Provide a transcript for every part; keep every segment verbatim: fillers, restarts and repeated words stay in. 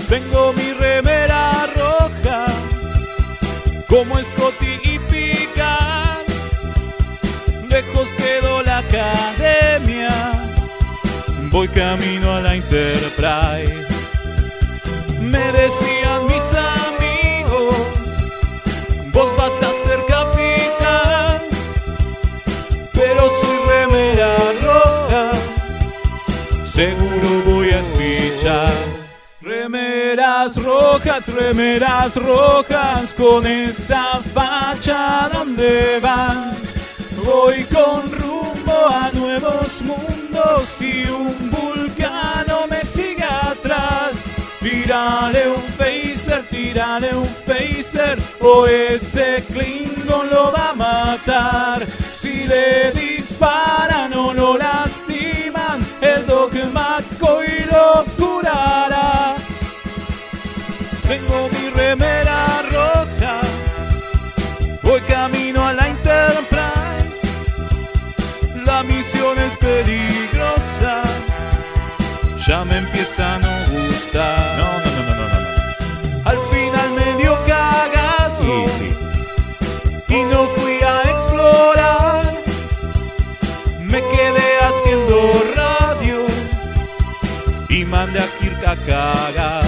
Tengo mi remera roja, como Scotty y Picard. Lejos quedó la academia, voy camino a la Enterprise. Me decían mis amigos, vos vas a ser capitán, pero soy remera roja, seguro voy a espichar. Remeras rojas, remeras rojas, con esa facha ¿dónde van? Voy con rumbo a nuevos mundos y un vulcano me sigue atrás. Tírale un phaser, tírale un phaser, o ese Klingon lo va a matar. Si le disparan o lo lastiman, el Doc McCoy lo curará. Tengo mi remera roja, voy camino a la Enterprise. La misión es peligrosa, ya me empieza a no gustar. No, no, no, no, no, no. Al final me dio cagazo, sí, sí. Y no fui a explorar. Me quedé haciendo radio y mandé a Kirk a cagar.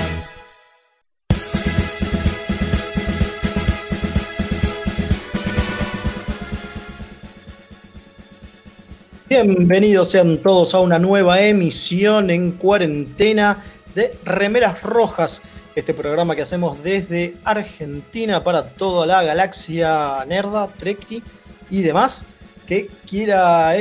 Bienvenidos sean todos a una nueva emisión en cuarentena de Remeras Rojas, este programa que hacemos desde Argentina para toda la galaxia nerda, treki y demás que quiera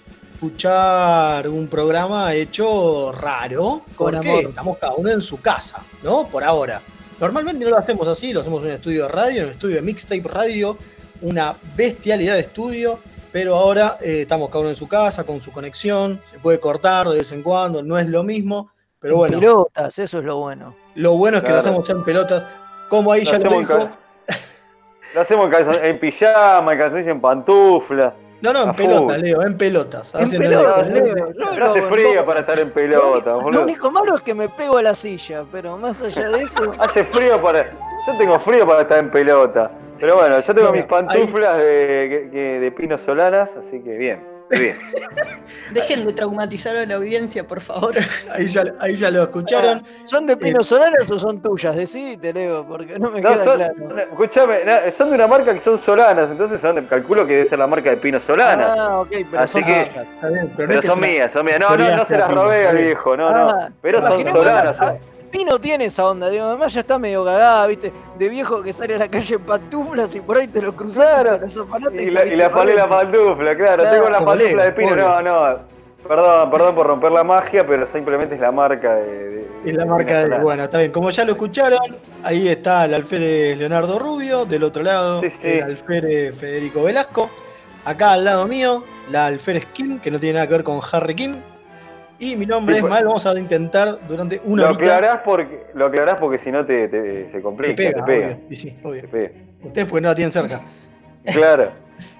escuchar un programa hecho raro, porque estamos cada uno en su casa, ¿no? Por ahora. Normalmente no lo hacemos así, lo hacemos en un estudio de radio, en un estudio de Mixtape Radio, una bestialidad de estudio. Pero ahora eh, estamos cada uno en su casa, con su conexión, se puede cortar de vez en cuando, no es lo mismo, pero en bueno. Pelotas, eso es lo bueno. Lo bueno es que claro. Lo hacemos en pelotas, como ahí lo ya lo dijo. Ca... Lo hacemos en, calzón, en pijama, en calzones, en pantufla. No, no, en pelotas, Leo, en pelotas. En pelotas, Leo. No, no hace frío para estar en pelotas, lo, boludo. Lo único malo es que me pego a la silla, pero más allá de eso... Hace frío para... Yo tengo frío para estar en pelota. Pero bueno, yo tengo bueno, mis pantuflas ahí... de, de, de Pino Solanas, así que bien, bien. Dejen de traumatizar a la audiencia, por favor. Ahí ya, ahí ya lo escucharon. Ah, ¿son de Pino eh... Solanas o son tuyas? Decidite, Leo, porque no me no, queda son, claro. Escuchame, son de una marca que son Solanas, entonces son, calculo que debe ser la marca de Pino Solanas. Ah, ok, pero así son que, tuyas. Está bien, pero, pero no son mías, son mías. No, no, no se las robé al viejo, no, no. Ah, pero son Solanas. Son... Pino tiene esa onda, digo, además ya está medio cagada, viste, de viejo que sale a la calle en pantuflas y por ahí te lo cruzaron, esos y, y la, y la falé la pantufla, claro, claro tengo la pantufla de Pino, no, no, perdón, perdón por romper la magia, pero simplemente es la marca de... de es la marca de, de bueno, está bien, como ya lo escucharon, ahí está el alférez Leonardo Rubio, del otro lado, sí, sí. El alférez Federico Velasco, acá al lado mío, la alférez Kim, que no tiene nada que ver con Harry Kim. Y mi nombre sí, es Mal, vamos a intentar durante una lo horita... Aclarás porque, lo aclarás porque si no te, te, se complica, te pega. Te pega. Obvio, y sí, obvio. Te pega. Ustedes porque no la tienen cerca. Claro.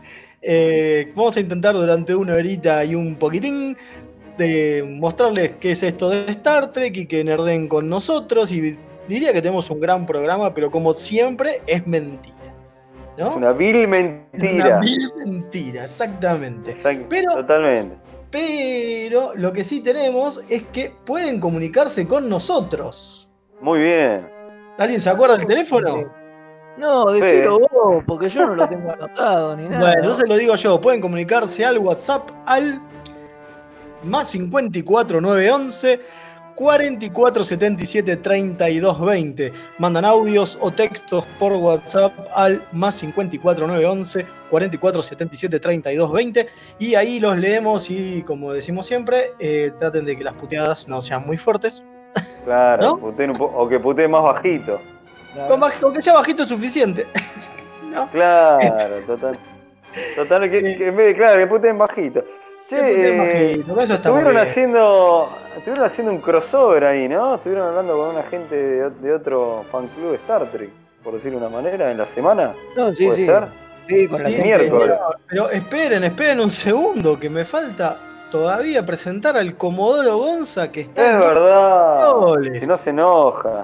eh, vamos a intentar durante una horita y un poquitín de mostrarles qué es esto de Star Trek y que nerden con nosotros. Y diría que tenemos un gran programa, pero como siempre es mentira, ¿no? Es una vil mentira. Una vil mentira, exactamente. Exact- pero, Totalmente. Pero lo que sí tenemos es que pueden comunicarse con nosotros. Muy bien. ¿Alguien se acuerda del teléfono? No, decilo vos, porque yo no lo tengo anotado ni nada. Bueno, entonces lo digo yo. Pueden comunicarse al WhatsApp al más cincuenta y cuatro nueve once cuarenta y cuatro setenta y siete treinta y dos veinte. Mandan audios o textos por WhatsApp al más cincuenta y cuatro nueve once cuarenta y cuatro setenta y siete treinta y dos veinte y ahí los leemos y, como decimos siempre, eh, traten de que las puteadas no sean muy fuertes. Claro, ¿no? puteen un po- o que puteen más bajito. Claro. Con, baj- con que sea bajito es suficiente. ¿No? Claro, total. Total, que, que en vez de, claro, que puteen bajito. Che, eh, estuvieron haciendo estuvieron haciendo un crossover ahí, ¿no? Estuvieron hablando con una gente de, de otro fan club de Star Trek, por decirlo de una manera, en la semana. No, sí, ¿Puede sí. ser? Sí, con sí, la miércoles. Pero, pero esperen, esperen un segundo, que me falta todavía presentar al Comodoro Gonza, que está Es en verdad. goles. Si no se enoja.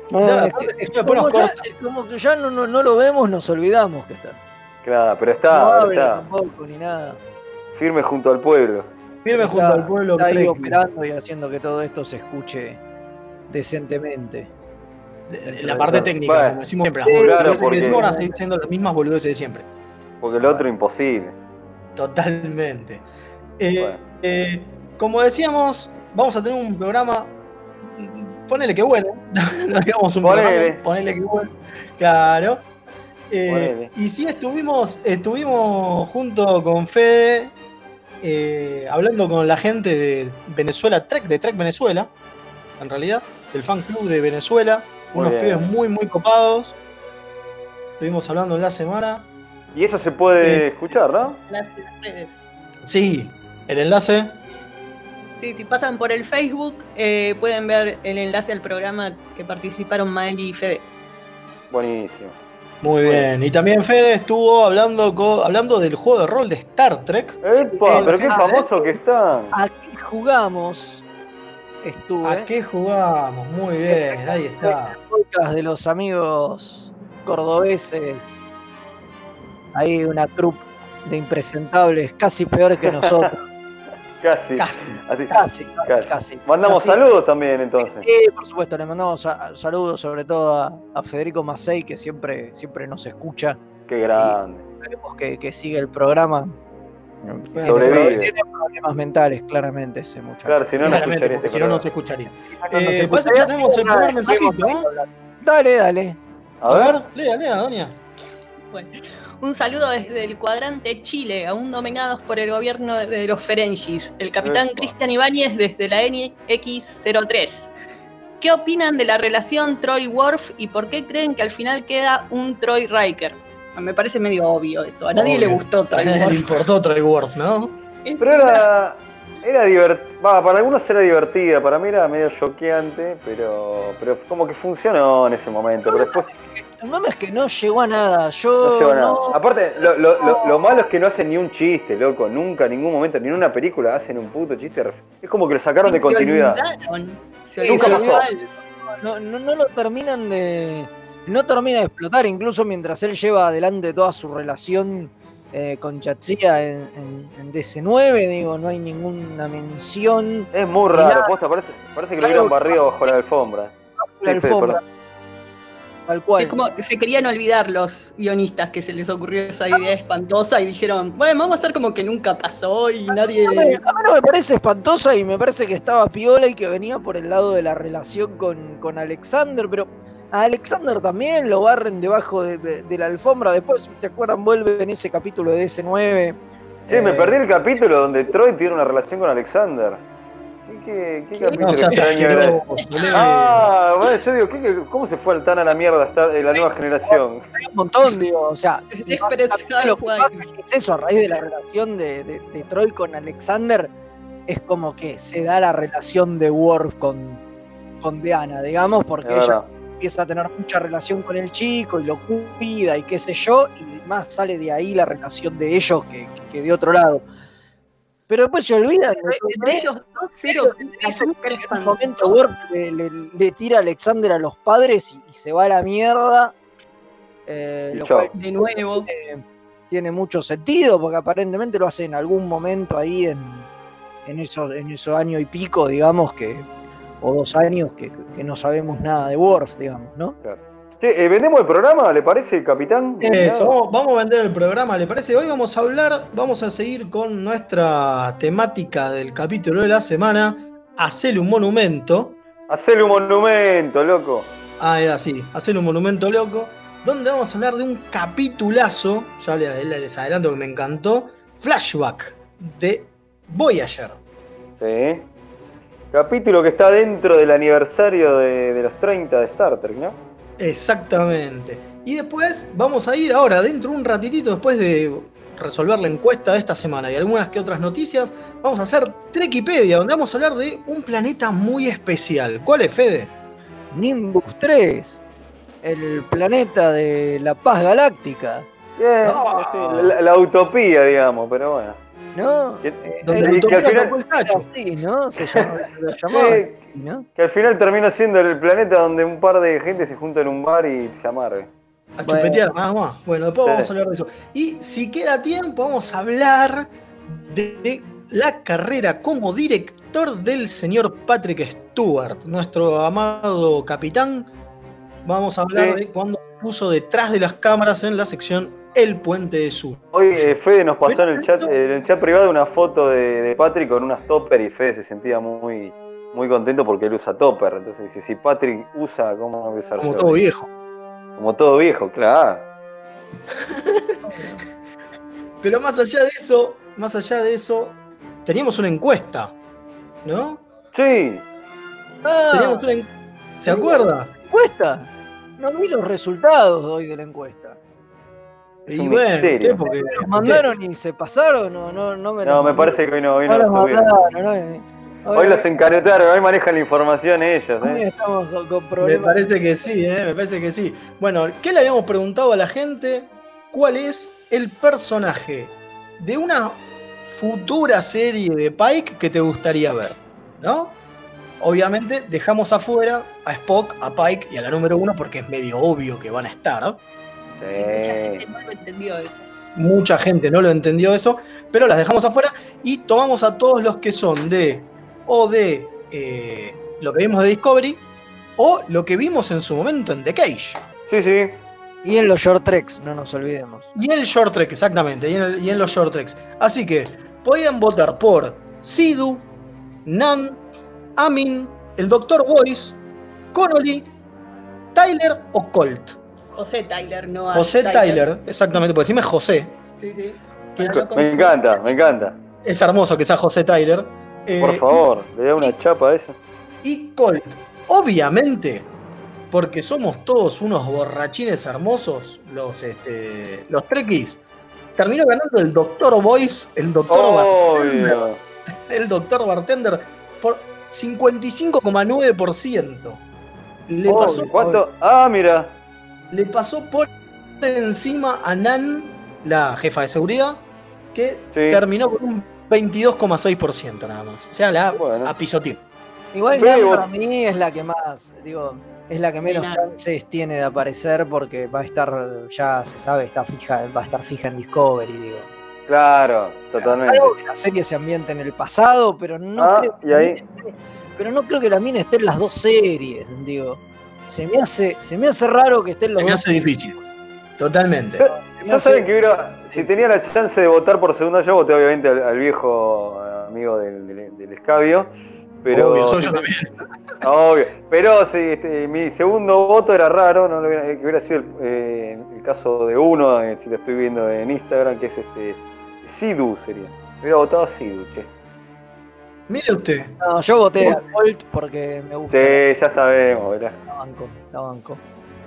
No, ya, es, que, es, que como ya, es como que ya no, no, no lo vemos, nos olvidamos que está. Claro, pero está. No habla está. tampoco, ni nada. Firme junto al pueblo. Firme está, junto al pueblo. Está ahí operando y haciendo que todo esto se escuche decentemente. De, la parte técnica, bueno, como decimos siempre. Sí, las claro, porque... que decimos van a seguir siendo las mismas boludeces de siempre. Porque el otro imposible. Totalmente. Eh, bueno. eh, como decíamos, vamos a tener un programa. Ponele que bueno. No digamos un ponele. programa. Ponele que bueno. Claro. Eh, y sí, estuvimos, estuvimos junto con Fede eh, hablando con la gente de Venezuela Trek, de Trek Venezuela, en realidad, del fan club de Venezuela. Muy unos bien. Pibes muy, muy copados. Estuvimos hablando en la semana. Y eso se puede eh, escuchar, ¿no? Las redes. Sí, el enlace. Sí, si pasan por el Facebook, eh, pueden ver el enlace al programa que participaron Mael y Fede. Buenísimo. Muy bien. Y también Fede estuvo hablando, co- hablando del juego de rol de Star Trek. ¡Epa! Pero qué famoso que está. ¿A qué jugamos? Estuve. ¿A qué jugamos? Muy bien, ahí está. El podcast de los amigos cordobeses. Hay una troupe de impresentables, casi peor que nosotros. Casi. Casi. Así, casi, casi, casi, casi. Mandamos casi. saludos también, entonces. Sí, por supuesto, le mandamos a, saludos sobre todo a, a Federico Macei, que siempre, siempre nos escucha. Qué grande. Esperemos que, que siga el programa. Sobrevive. Tiene, tiene problemas mentales, claramente, ese muchacho. Claro, si no, no escucharía este si no, no se escucharía. No, no, eh, se pues ya tenemos el primer mensajito, ¿no? Dale, dale. A, a ver, ver, lea, lea, doña. Bueno. Un saludo desde el cuadrante Chile, aún dominados por el gobierno de los Ferengis. El capitán Cristian Ibáñez desde la N X cero tres. ¿Qué opinan de la relación Troy-Worf y por qué creen que al final queda un Troy Riker? Me parece medio obvio eso. A nadie obvio. le gustó Troy-Worf. A nadie le importó Troy-Worf, ¿no? Es pero era, era divertida. Para algunos era divertida, para mí era medio choqueante, pero, pero como que funcionó en ese momento. Pero después... El mame es que no llegó a nada. Yo no llegó a nada. No... Aparte, lo, lo, lo, lo malo es que no hacen ni un chiste, loco. Nunca, en ningún momento, ni en una película hacen un puto chiste. Es como que lo sacaron de continuidad. Se olvidaron. Se Nunca pasó. No, no, no lo terminan de... No termina de explotar, incluso mientras él lleva adelante toda su relación eh, con Chatsia en, en, en D C nueve, digo, no hay ninguna mención. Es muy raro, posta, parece, parece que claro, lo hubieran barrido bajo la alfombra. Bajo la sí, alfombra. Fede, Tal cual. Sí, es como se querían olvidar los guionistas que se les ocurrió esa idea espantosa y dijeron, bueno, vamos a hacer como que nunca pasó y nadie... A mí, a mí no me parece espantosa y me parece que estaba piola y que venía por el lado de la relación con, con Alexander, pero a Alexander también lo barren debajo de, de, de la alfombra. Después, ¿te acuerdan? Vuelve en ese capítulo de D C nueve. Sí, eh... me perdí el capítulo donde Troy tiene una relación con Alexander. ¿Qué, qué, qué capítulo no, extraño era? Ah, bueno, yo digo, ¿qué, qué, ¿cómo se fue tan a la mierda esta, la nueva generación? Hay un montón, digo, o sea, lo que pasa es eso, a raíz de la relación de, de, de Troy con Alexander, es como que se da la relación de Worf con, con Deanna, digamos, porque ella empieza a tener mucha relación con el chico y lo cuida y qué sé yo, y más sale de ahí la relación de ellos que, que de otro lado. Pero después se olvidan. Entre ellos dos, cero. En un momento Worf le, le, le tira a Alexander a los padres y, y se va a la mierda. Eh, lo cual, de nuevo. Eh, tiene mucho sentido, porque aparentemente lo hace en algún momento ahí en, en esos en esos años y pico, digamos, que o dos años que, que no sabemos nada de Worf, digamos, ¿no? Claro. Che, eh, ¿vendemos el programa? ¿Le parece, capitán? Eso, vamos, vamos a vender el programa, ¿le parece? Hoy vamos a hablar, vamos a seguir con nuestra temática del capítulo de la semana, Hacele un monumento. Hacele un monumento, loco. Ah, era así, Hacele un monumento, loco. Donde vamos a hablar de un capitulazo, ya les adelanto que me encantó, Flashback de Voyager. Sí. Capítulo que está dentro del aniversario de, de los treinta de Star Trek, ¿no? Exactamente. Y después vamos a ir ahora, dentro de un ratitito, después de resolver la encuesta de esta semana y algunas que otras noticias, vamos a hacer Trekipedia, donde vamos a hablar de un planeta muy especial. ¿Cuál es, Fede? Nimbus tres, el planeta de la paz galáctica. Bien, oh. sí, la, la utopía, digamos, pero bueno. ¿no? Que, eh, Donde y que al final, el tacho. Sí, ¿no? Se llamaba, lo llamaba, que, ¿no? que al final termina siendo el planeta donde un par de gente se junta en un bar y se amarga. A chupetear, nada más. Bueno, después Sí. vamos a hablar de eso. Y si queda tiempo, vamos a hablar de, de la carrera como director del señor Patrick Stewart, nuestro amado capitán. Vamos a hablar Sí. de cuando se puso detrás de las cámaras en la sección El Puente de Sur. Hoy eh, Fede nos pasó en el chat, en el chat privado una foto de, de Patrick con unas topper y Fede se sentía muy, muy contento porque él usa topper. Entonces dice, si Patrick usa, ¿cómo no voy a usar Como yo? todo viejo. Como todo viejo, claro. Pero más allá de eso, más allá de eso, teníamos una encuesta, ¿no? Sí, Ah, Teníamos una en- ¿Se acuerda? encuesta. No vi los resultados hoy de la encuesta. es Y un bueno, misterio. usted porque. ¿Me los mandaron y se pasaron o no? No, me, No, los me mandaron. parece que hoy no, hoy No no los estuvieron. mandaron, ¿no? Hoy los encaretaron, hoy manejan la información ellos, Hoy ¿eh? estamos con, con Me problemas. parece que sí, ¿eh? Me parece que sí. Bueno, ¿qué le habíamos preguntado a la gente? ¿Cuál es el personaje de una futura serie de Pike que te gustaría ver? ¿No? Obviamente dejamos afuera a Spock, a Pike y a la número uno porque es medio obvio que van a estar. Sí, mucha gente Sí. no lo entendió eso. Mucha gente no lo entendió eso, pero las dejamos afuera y tomamos a todos los que son de o de eh, lo que vimos de Discovery o lo que vimos en su momento en The Cage. Sí, sí. Y en los short treks, no nos olvidemos. Y el short trek, exactamente, y en, el- y en los short treks. Así que podían votar por Sidu, Nan, Amin, el doctor Boyce, Connolly, Tyler o Colt. José Tyler, no Ash José Tyler, exactamente, porque decime José. Sí, sí. Que Para no Me confundir. encanta, me encanta. es hermoso que sea José Tyler. Eh, Por favor, le da una chapa a eso. Y Colt, obviamente, porque somos todos unos borrachines hermosos, los, este, los trekkies, terminó ganando el doctor Boyce, el doctor Bartender, Obvio. el doctor Bartender, por cincuenta y cinco coma nueve por ciento. Le Obvio. pasó, ¿Cuánto? Ah, mira. le pasó por encima a Nan, la jefa de seguridad, que Sí. terminó con un veintidós coma seis por ciento nada más. O sea, la Bueno. apisoteó. Igual Sí, Nan vos- para mí es la que más, digo, es la que menos Nan. chances tiene de aparecer porque va a estar, ya se sabe, está fija, va a estar fija en Discovery, digo. Claro, totalmente. Salvo que la serie se ambiente en el pasado, pero no Ah, creo que y la ahí- mina esté- pero no creo que la mina esté en las dos series, digo. Se me hace, se me hace raro que esté en los Se me dos. hace difícil. Totalmente. Yo- Se me Ya hace- saben que hubiera, si tenía la chance de votar por segunda, yo voté obviamente al, al viejo amigo del, del, del escabio. Pero, Obvio, soy yo si- también. obvio. Pero sí, este, mi segundo voto era raro, no lo hubiera, que hubiera sido el, eh, el caso de uno, eh, si lo estoy viendo en Instagram, que es este Sidu sería. Hubiera votado Sidu, che. Mire usted. No, yo voté a Colt porque me gusta. Sí, ya sabemos, ¿verdad? La banco, la banco.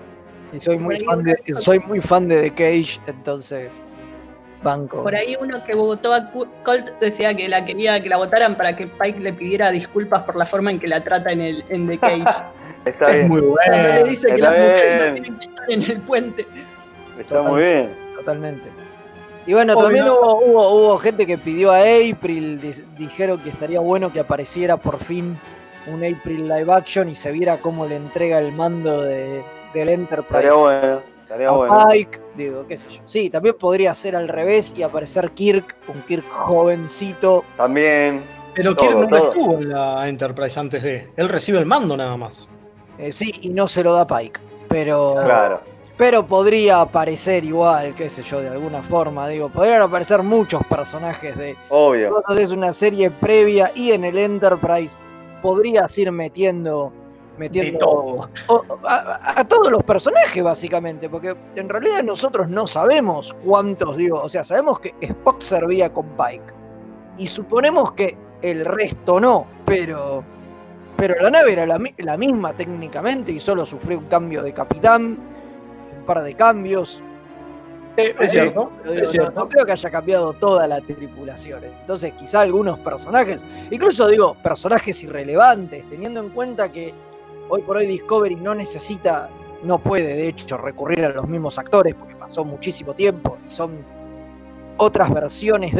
Y soy muy Por ahí fan de, uno- soy muy fan de The Cage, entonces banco. Por ahí uno que votó a Cu- Colt decía que la quería que la votaran para que Pike le pidiera disculpas por la forma en que la trata en, el, en The Cage. Está Es bien, muy Cuando le bueno. dice que está las mujeres no bien. tienen que estar en el puente. está muy bien. Totalmente. Y bueno, Obvio. también hubo, hubo, hubo gente que pidió a April, di- dijeron que estaría bueno que apareciera por fin un April live action y se viera cómo le entrega el mando de, del Enterprise Estaría bueno, estaría a bueno. Pike, digo, qué sé yo. Sí, también podría ser al revés y aparecer Kirk, un Kirk jovencito. También. Pero Todo, Kirk nunca todo. estuvo en la Enterprise antes de. Él recibe el mando nada más. Eh, sí, y no se lo da Pike. Pero, Claro. pero podría aparecer igual, qué sé yo, de alguna forma. Digo, podrían aparecer muchos personajes de. Obvio. Vos haces una serie previa y en el Enterprise podrías ir metiendo. De metiendo todo. o- a, a todos los personajes, básicamente. Porque en realidad nosotros no sabemos cuántos, digo. O sea, sabemos que Spock servía con Pike. Y suponemos que el resto no, pero. Pero la nave era la, mi- la misma técnicamente y solo sufrió un cambio de capitán, un par de cambios. Eh, es cierto, Pero digo, es no, cierto. no creo que haya cambiado toda la tripulación. Entonces, quizá algunos personajes, incluso digo, personajes irrelevantes, teniendo en cuenta que hoy por hoy Discovery no necesita, no puede de hecho recurrir a los mismos actores porque pasó muchísimo tiempo y son otras versiones de.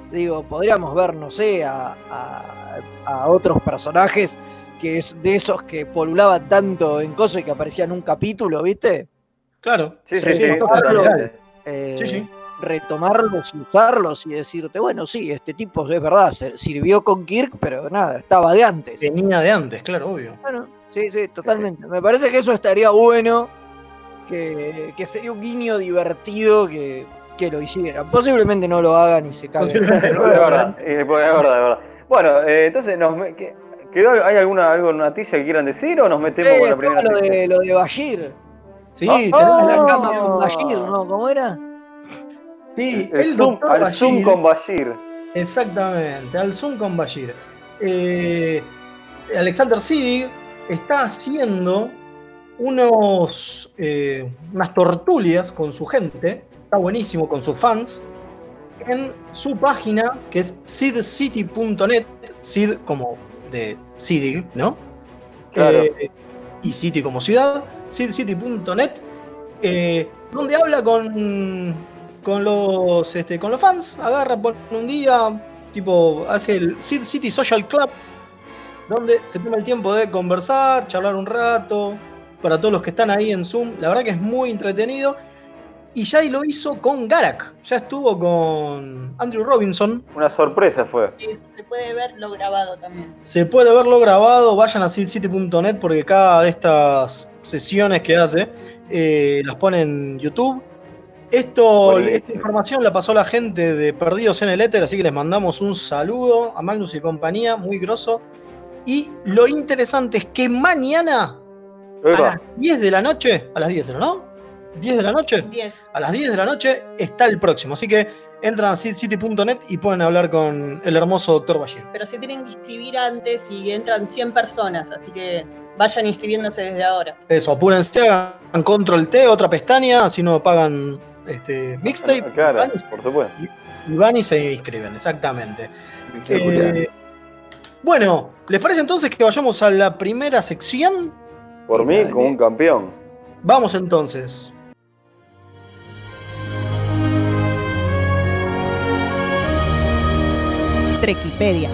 Digo, podríamos ver, no sé, a, a, a otros personajes que es de esos que polulaban tanto en cosas y que aparecían en un capítulo, ¿viste? Claro, sí, sí, sí, sí, totalmente. Eh, sí, sí. Retomarlos y usarlos y decirte, bueno, sí, este tipo es verdad, sirvió con Kirk, pero nada, estaba de antes. Venía de antes, claro, obvio. Bueno, sí, sí, totalmente. Me parece que eso estaría bueno, que, que sería un guiño divertido que, que lo hicieran. Posiblemente no lo hagan y se caguen. Posiblemente no lo hagan. Es verdad, es verdad. Bueno, eh, entonces, nos, ¿qué, quedó, ¿hay alguna algo noticia que quieran decir o nos metemos eh, con la primera lo de, lo de Bashir. Sí, oh, tenemos la cama con Bashir, ¿no? ¿Cómo era? Sí, el, el zoom, al Bashir, Zoom con Bashir. Exactamente, al Zoom con Bashir. Eh, Alexander Siddig está haciendo unos, eh, unas tortulias con su gente, está buenísimo, con sus fans, en su página que es sid city punto net, Sid como de Siddig, ¿no? Claro. Eh, y City como ciudad, sid city punto net, eh, donde habla con, con, los, este, con los fans, agarra, pone un día, tipo, hace el Sid City Social Club, donde se toma el tiempo de conversar, charlar un rato, para todos los que están ahí en Zoom. La verdad que es muy entretenido. Y ya lo hizo con Garak, ya estuvo con Andrew Robinson. Una sorpresa fue. Se puede ver lo grabado también. Se puede verlo grabado, vayan a sid city punto net porque cada de estas sesiones que hace eh, las pone en YouTube. Esto, Buenísimo. Esta información la pasó la gente de Perdidos en el Éter, así que les mandamos un saludo a Magnus y compañía, muy grosso. Y lo interesante es que mañana Epa. a las diez de la noche, a las diez, ¿no? diez de la noche, diez. A las diez de la noche está el próximo, así que entran a sid city punto net y pueden hablar con el hermoso doctor Bashir. Pero se tienen que inscribir antes y entran cien personas, así que vayan inscribiéndose desde ahora. Eso, apúrense, hagan control T, otra pestaña, así no pagan este, mixtape. Ah, claro, van y, por supuesto. Y, y van y se inscriben, exactamente. Eh, bueno, ¿les parece entonces que vayamos a la primera sección? Por mí, como un campeón. Vamos entonces. Trekipedia.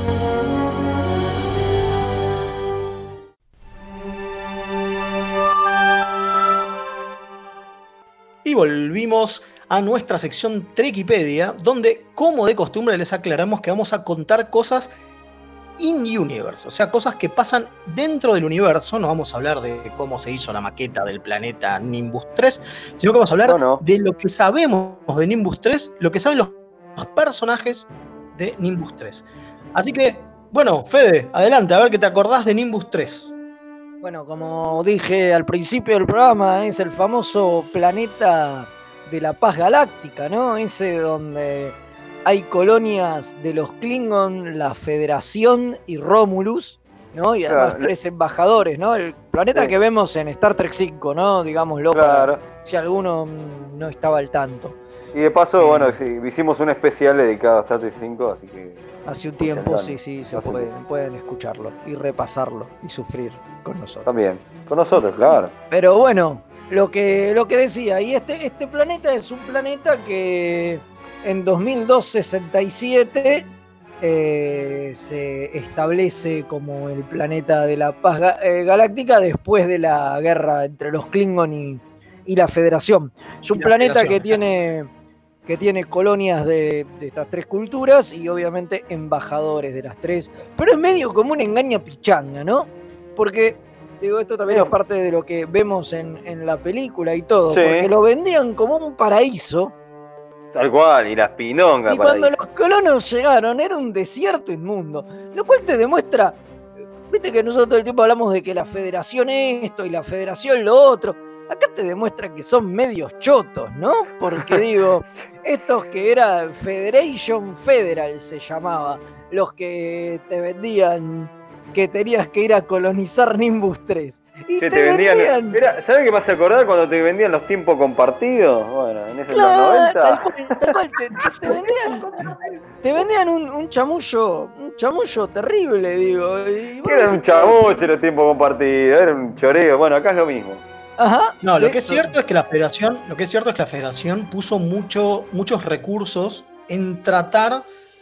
Y volvimos a nuestra sección Trekipedia, donde, como de costumbre, les aclaramos que vamos a contar cosas in-universe, o sea, cosas que pasan dentro del universo. No vamos a hablar de cómo se hizo la maqueta del planeta Nimbus tres, sino que vamos a hablar no, no. de lo que sabemos de Nimbus tres, lo que saben los personajes de Nimbus tres. Así que, bueno, Fede, adelante, a ver qué te acordás de Nimbus tres. Bueno, como dije al principio del programa, es el famoso planeta de la paz galáctica, ¿no? Ese donde hay colonias de los Klingon, la Federación y Romulus, ¿no? Y además claro. tres embajadores, ¿no? El planeta sí. que vemos en Star Trek cinco, ¿no? Digámoslo, claro. para, si alguno no estaba al tanto. Y de paso, eh, bueno, sí, hicimos un especial dedicado a Star Trek cinco, así que... Hace un tiempo, sí, sí, se pueden, pueden escucharlo y repasarlo y sufrir con nosotros. También, con nosotros, claro. Pero bueno, lo que, lo que decía, y este, este planeta es un planeta que en dos mil dos sesenta y siete eh, se establece como el planeta de la paz eh, galáctica después de la guerra entre los Klingon y, y la Federación. Es un planeta que tiene, que tiene colonias de, de estas tres culturas y obviamente embajadores de las tres, pero es medio como una engaña pichanga, ¿no? Porque, digo, esto también sí. es parte de lo que vemos en, en la película y todo, sí. porque lo vendían como un paraíso. Tal cual, y las pinongas. Y cuando los colonos llegaron, era un desierto inmundo. Lo cual te demuestra, viste que nosotros todo el tiempo hablamos de que la federación esto y la federación lo otro. Acá te demuestra que son medios chotos, ¿no? Porque digo, estos que era Federation Federal se llamaba, los que te vendían que tenías que ir a colonizar Nimbus tres. Y sí, te, te vendían... vendían... Era, ¿sabes qué me hace acordar cuando te vendían los tiempos compartidos? Bueno, en ese claro, los noventa. Tal cual, tal cual, te, te, te vendían, te vendían un, un chamullo, un chamullo terrible, digo. Y bueno, era un chamullo los tiempos compartidos, era un choreo. Bueno, acá es lo mismo. Ajá. No, lo que es cierto es que la Federación, lo que es cierto es que la Federación puso mucho, muchos recursos en tratar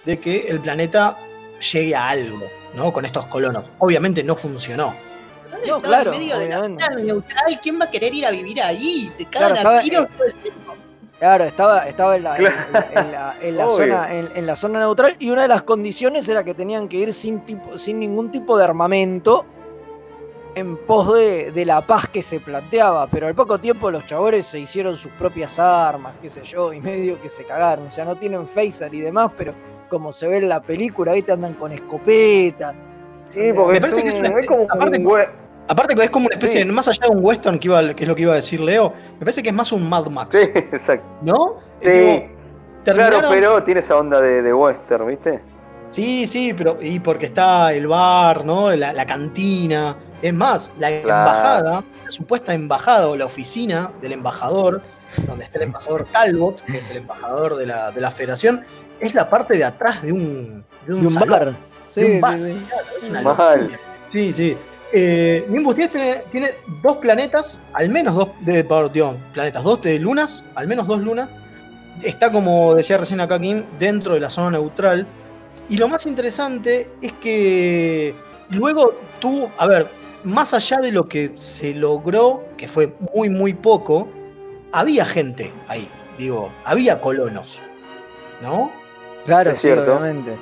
de que el planeta llegue a algo, ¿no? Con estos colonos. Obviamente no funcionó. No, claro, en medio de la zona neutral, ¿quién va a querer ir a vivir ahí? Te cagan claro, a tiros todo el tiempo. Claro, estaba, estaba en la, en, en la, en la zona, en, en la zona neutral, y una de las condiciones era que tenían que ir sin, tipo, sin ningún tipo de armamento en pos de, de la paz que se planteaba, pero al poco tiempo los chabores se hicieron sus propias armas, qué sé yo, y medio que se cagaron. O sea, no tienen phaser y demás, pero como se ve en la película, ahí te andan con escopeta. Sí, porque me parece un, que es, una, es como aparte, un hue- aparte es como una especie, sí. de, más allá de un western, que, iba, que es lo que iba a decir Leo, me parece que es más un Mad Max. Sí, exacto. ¿No? Sí, digo, terminaron... claro, pero tiene esa onda de, de western, ¿viste? Sí, sí, pero y porque está el bar, ¿no? La, la cantina. Es más, la claro. embajada, la supuesta embajada o la oficina del embajador, donde está el embajador Talbot, que es el embajador de la, de la federación, es la parte de atrás de un, de un, de un salón, bar. Sí, de un bar. Sí, sí. Claro, es una locura. Sí, sí. Eh, Nimbus diez tiene, tiene dos planetas, al menos dos de, perdón, planetas, dos de lunas, al menos dos lunas. Está, como decía recién acá Kim, dentro de la zona neutral. Y lo más interesante es que luego tuvo, a ver, más allá de lo que se logró, que fue muy, muy poco, había gente ahí, digo, había colonos, ¿no? Claro, es sí, cierto. Obviamente.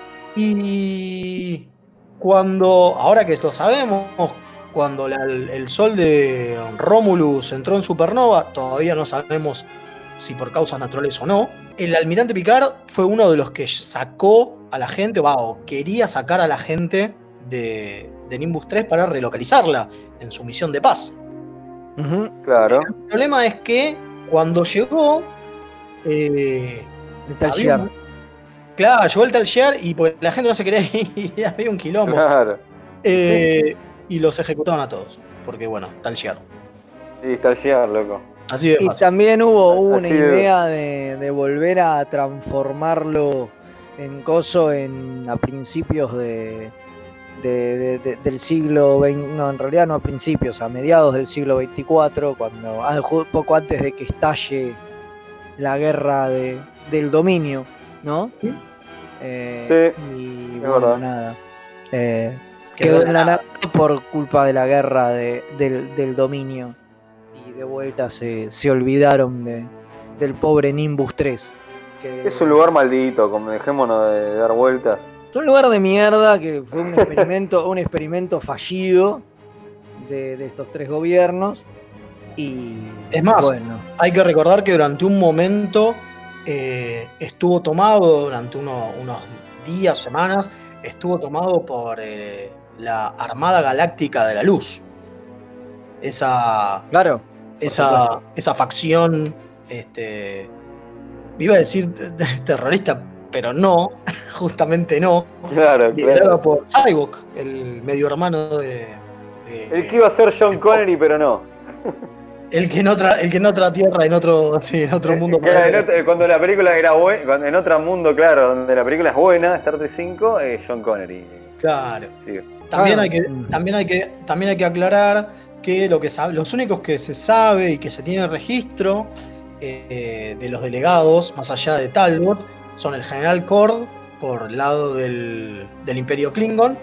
Y cuando, ahora que lo sabemos, cuando la, el, el sol de Romulus entró en supernova, todavía no sabemos si por causas naturales o no, el almirante Picard fue uno de los que sacó a la gente, va, o quería sacar a la gente de, de Nimbus tres para relocalizarla en su misión de paz. Uh-huh. Claro. El problema es que cuando llegó... Eh, el Tal un, claro, llegó el Tal Shiar y pues la gente no se quería ir, había un quilombo. Claro. Eh, y los ejecutaron a todos, porque bueno, Tal Shiar. Sí, Tal Shiar, loco. Así de y fácil. también hubo, hubo Así una de... idea de, de volver a transformarlo en coso en, a principios de, de, de, de, del siglo veinte, no, en realidad no a principios, a mediados del siglo veinticuatro, cuando poco antes de que estalle la guerra de, del dominio, ¿no? ¿Sí? Eh, sí, y es bueno, verdad. nada. Eh, quedó en la nada por culpa de la guerra de, del, del dominio. De vuelta se, se olvidaron de, del pobre Nimbus tres. Que es un lugar maldito, como dejémonos de dar vueltas. Es un lugar de mierda que fue un experimento, un experimento fallido de, de estos tres gobiernos. Y es más, bueno. Hay que recordar que durante un momento eh, estuvo tomado, durante uno, unos días, semanas, estuvo tomado por eh, la Armada Galáctica de la Luz. Esa. Claro. Esa, esa facción, este, iba a decir terrorista, pero no, justamente no. Claro, liderada claro. por Cyborg, el medio hermano de, de. El que iba a ser John Connery, pero no. El que en otra, el que en otra tierra, en otro, sí, en otro mundo. Claro, en otro, cuando la película era buena, en otro mundo, claro, donde la película es buena, Star Trek cinco, es John Connery. Claro. Sí. También, ah, hay que, también, hay que, también hay que aclarar que, lo que sabe, los únicos que se sabe y que se tiene registro eh, de los delegados, más allá de Talbot, son el general Cord, por el lado del, del Imperio Klingon,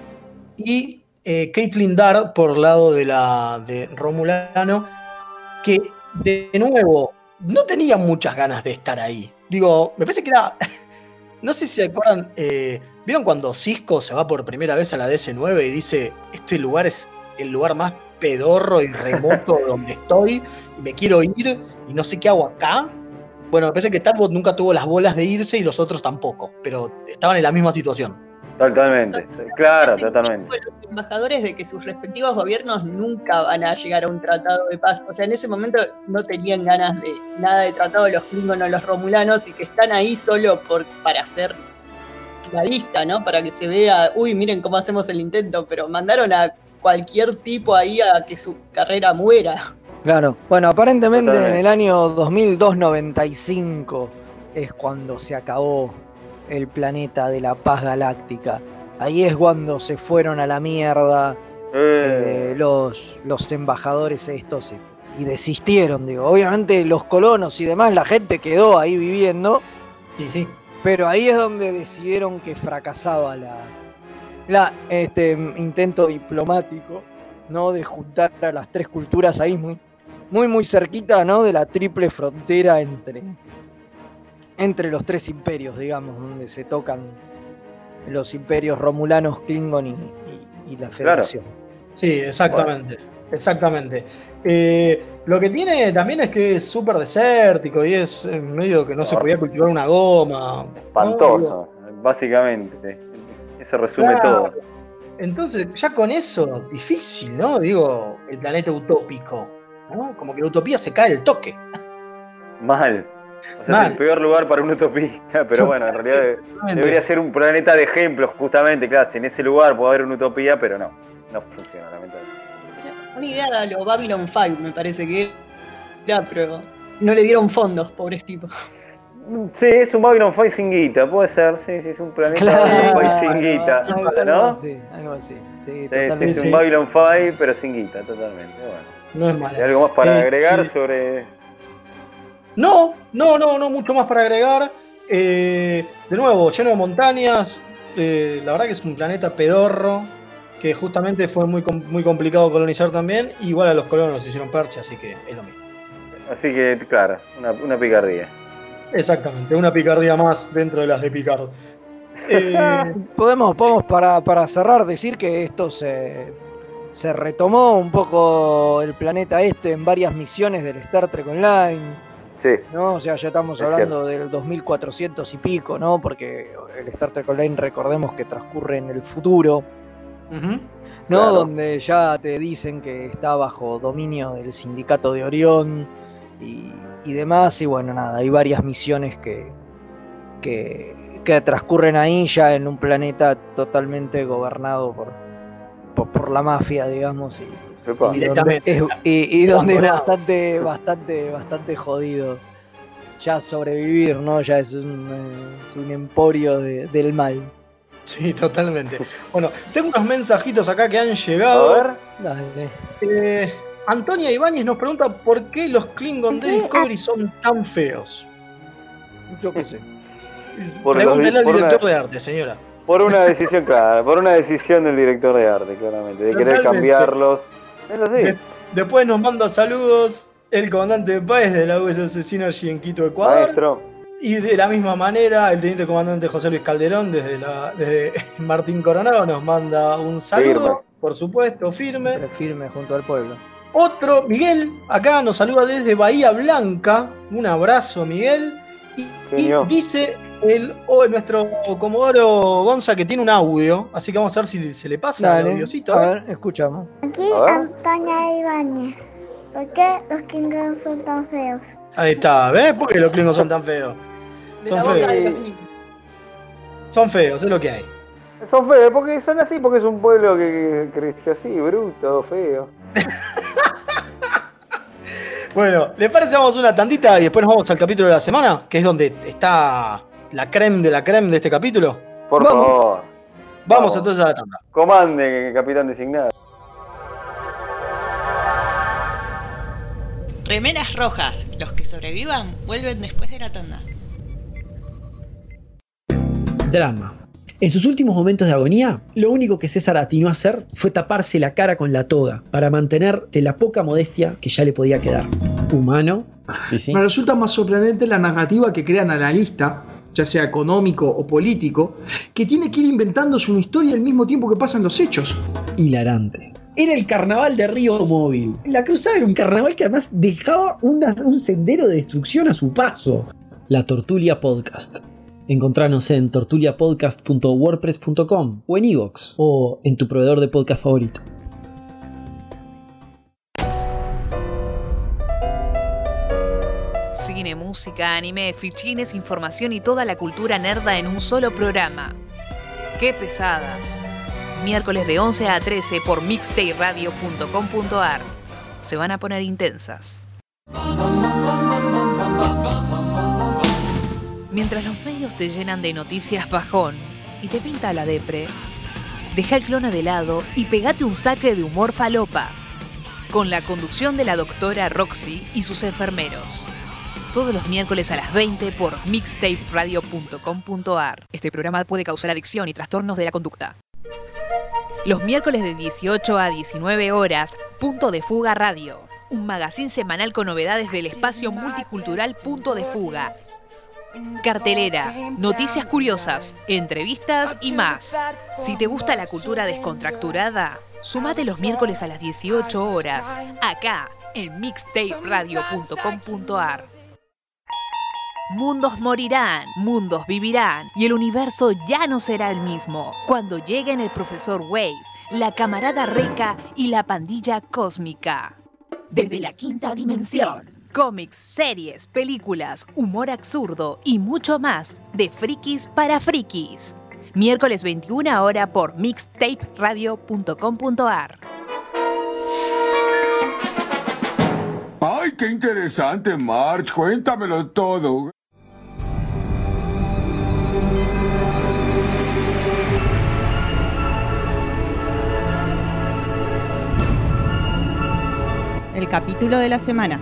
y eh, Caitlin Dard, por el lado de, la, de Romulano, que, de nuevo, no tenía muchas ganas de estar ahí. Digo, me parece que era... No sé si se acuerdan, eh, ¿vieron cuando Sisko se va por primera vez a la D S nueve y dice, este lugar es el lugar más pedorro y remoto donde estoy, y me quiero ir y no sé qué hago acá? Bueno, me parece que Talbot nunca tuvo las bolas de irse y los otros tampoco, pero estaban en la misma situación. Totalmente, claro, totalmente. Los embajadores de que sus respectivos gobiernos nunca van a llegar a un tratado de paz. O sea, en ese momento no tenían ganas de nada de tratado de los Klingon o los Romulanos y que están ahí solo por, para hacer la vista, ¿no? Para que se vea, uy, miren cómo hacemos el intento, pero mandaron a cualquier tipo ahí a que su carrera muera. Claro, bueno, aparentemente Totalmente. en el año dos mil dos noventa y cinco es cuando se acabó el planeta de la paz galáctica. Ahí es cuando se fueron a la mierda Eh, eh, los, los embajadores estos y desistieron, digo. Obviamente los colonos y demás, la gente quedó ahí viviendo, Sí, sí. pero ahí es donde decidieron que fracasaba la, la este intento diplomático, ¿no? De juntar a las tres culturas ahí muy, muy, muy cerquita, ¿no? De la triple frontera entre, entre los tres imperios, digamos, donde se tocan los imperios romulanos, Klingon y, y, y la Federación. Claro. Sí, exactamente, bueno. exactamente. Eh, lo que tiene también es que es súper desértico y es medio que no, no se podía cultivar una goma. Espantoso, ¿no? Básicamente. Eso resume claro. todo. Entonces, ya con eso, difícil, ¿no? Digo, el planeta utópico, ¿no? Como que la utopía se cae el toque. Mal. O sea, Mal. Es el peor lugar para una utopía, pero bueno, en realidad debería ser un planeta de ejemplos, justamente, claro, si en ese lugar puede haber una utopía, pero no, no funciona, lamentablemente. Una idea de lo Babylon cinco, me parece que era, pero no le dieron fondos, pobres tipos. Sí, es un Babylon cinco sin guita, puede ser, sí, sí, es un planeta claro, sin guita, algo, ¿no? Algo así, algo así, sí, sí, sí es un sí. Babylon cinco, pero sin guita, totalmente, bueno. No es malo. ¿Hay algo más para eh, agregar eh, sobre...? No, no, no, no, mucho más para agregar. Eh, de nuevo, lleno de montañas, eh, la verdad que es un planeta pedorro, que justamente fue muy, muy complicado colonizar también, igual a los colonos los hicieron percha, así que es lo mismo. Así que, claro, una, una picardía. Exactamente, una picardía más dentro de las de Picard. Eh, podemos, podemos para, para cerrar, decir que esto se, se retomó un poco el planeta este en varias misiones del Star Trek Online. Sí. ¿No? O sea, ya estamos es hablando cierto. Del dos mil cuatrocientos y pico, ¿no? Porque el Star Trek Online, recordemos que transcurre en el futuro. Uh-huh. ¿No? Claro. Donde ya te dicen que está bajo dominio del sindicato de Orión y, y demás, y bueno, nada, hay varias misiones que, que, que transcurren ahí ya en un planeta totalmente gobernado por, por, por la mafia, digamos, y, y donde, es, y, y donde es bastante, bastante, bastante jodido ya sobrevivir, ¿no? Ya es un, es un emporio de, del mal. Sí, totalmente. Bueno, tengo unos mensajitos acá que han llegado. A ver. Dale. Eh, Antonia Ibáñez nos pregunta por qué los Klingon de Discovery son tan feos. Yo qué sé. Pregúntele al director una, de arte, señora. Por una decisión, claro, por una decisión del director de arte, claramente, de totalmente. Querer cambiarlos. Es así. De, después nos manda saludos el comandante Páez de la U S S Synergy en Quito, Ecuador. Maestro. Y de la misma manera, el teniente comandante José Luis Calderón, desde, la, desde Martín Coronado, nos manda un saludo, firme. Por supuesto, firme. Siempre firme junto al pueblo. Otro, Miguel, acá nos saluda desde Bahía Blanca. Un abrazo, Miguel. Y, y dice el, oh, nuestro Comodoro Gonza que tiene un audio, así que vamos a ver si se le pasa Dale, el audiocito. A ver, escuchamos. Aquí Antonia Ibáñez. ¿Por qué los Klingons son tan feos? Ahí está, ¿ves? ¿Por qué los Klingons son tan feos? Son feos. Son feos, es lo que hay. Son feos, porque son así, porque es un pueblo que creció así, bruto, feo. Bueno, ¿les parece? Vamos a una tandita y después nos vamos al capítulo de la semana, que es donde está la creme de la creme de este capítulo. Por vamos. favor. Vamos, vamos entonces a la tanda. Comande, capitán designado. Remeras rojas. Los que sobrevivan vuelven después de la tanda. Drama. En sus últimos momentos de agonía, lo único que César atinó a hacer fue taparse la cara con la toga para mantener de la poca modestia que ya le podía quedar. Humano. ¿Sí, sí? Me resulta más sorprendente la narrativa que crea el analista, ya sea económico o político, que tiene que ir inventándose una historia al mismo tiempo que pasan los hechos. Hilarante. Era el carnaval de Río Móvil. La cruzada era un carnaval que además dejaba una, un sendero de destrucción a su paso. La Tortulia Podcast. Encontranos en tortulia podcast punto wordpress punto com o en iVoox o en tu proveedor de podcast favorito. Cine, música, anime, fichines, información y toda la cultura nerda en un solo programa. ¡Qué pesadas! Miércoles de once a trece por mixtape radio punto com punto a r. Se van a poner intensas. Mientras los medios te llenan de noticias bajón y te pinta la depre, deja el clona de lado y pegate un saque de humor falopa, con la conducción de la doctora Roxy y sus enfermeros. todos los miércoles a las veinte por mixtape radio punto com punto ar. Este programa puede causar adicción y trastornos de la conducta. Los miércoles de dieciocho a diecinueve horas, Punto de Fuga Radio, un magazín semanal con novedades del espacio multicultural Punto de Fuga. Cartelera, noticias curiosas, entrevistas y más. Si te gusta la cultura descontracturada, sumate los miércoles a las dieciocho horas, acá en mixtape radio punto com punto ar. Mundos morirán, mundos vivirán y el universo ya no será el mismo cuando lleguen el profesor Weiss, la camarada Reca y la pandilla cósmica. Desde la quinta dimensión. Cómics, series, películas, humor absurdo y mucho más de frikis para frikis. Miércoles veintiuna horas por mixtape radio punto com punto ar. ¡Ay, qué interesante, Marge! Cuéntamelo todo. El capítulo de la semana.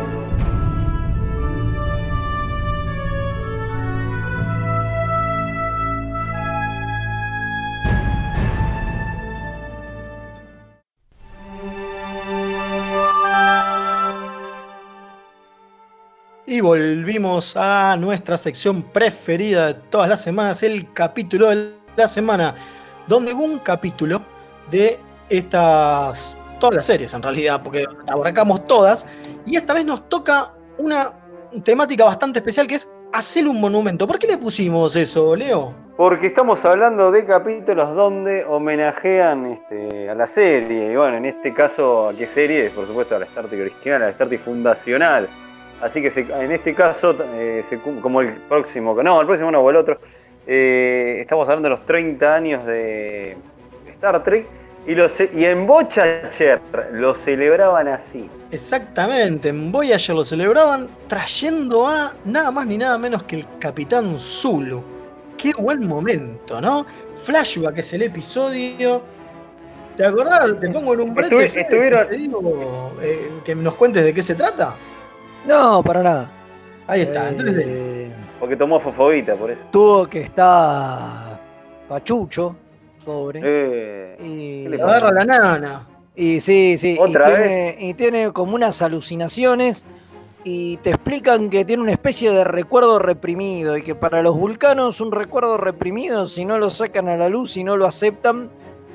Y volvimos a nuestra sección preferida de todas las semanas, el capítulo de la semana, donde algún capítulo de estas, todas las series en realidad, porque abarcamos todas, y esta vez nos toca una temática bastante especial que es hacer un monumento. ¿Por qué le pusimos eso, Leo? Porque estamos hablando de capítulos donde homenajean este, a la serie, y bueno, en este caso, ¿a qué serie? Por supuesto a la Star Trek original, a la Star Trek fundacional. Así que se, en este caso, eh, se, como el próximo, no, el próximo no, o el otro, eh, estamos hablando de los treinta años de Star Trek, y, los, y en Voyager lo celebraban así. Exactamente, en Voyager lo celebraban trayendo a nada más ni nada menos que el Capitán Zulu. Qué buen momento, ¿no? Flashback es el episodio. ¿Te acordás? Te pongo en un brete. Estuvi, estuvieron... Te digo eh, que nos cuentes de qué se trata. No, para nada. Ahí está, eh, entonces. Porque tomó fofobita, por eso. Tuvo que estar pachucho, pobre. Eh, y le agarra la nana. Y sí, sí. ¿Otra y, vez? tiene, y tiene como unas alucinaciones. Y te explican que tiene una especie de recuerdo reprimido. Y que para los vulcanos, un recuerdo reprimido, si no lo sacan a la luz, si no lo aceptan,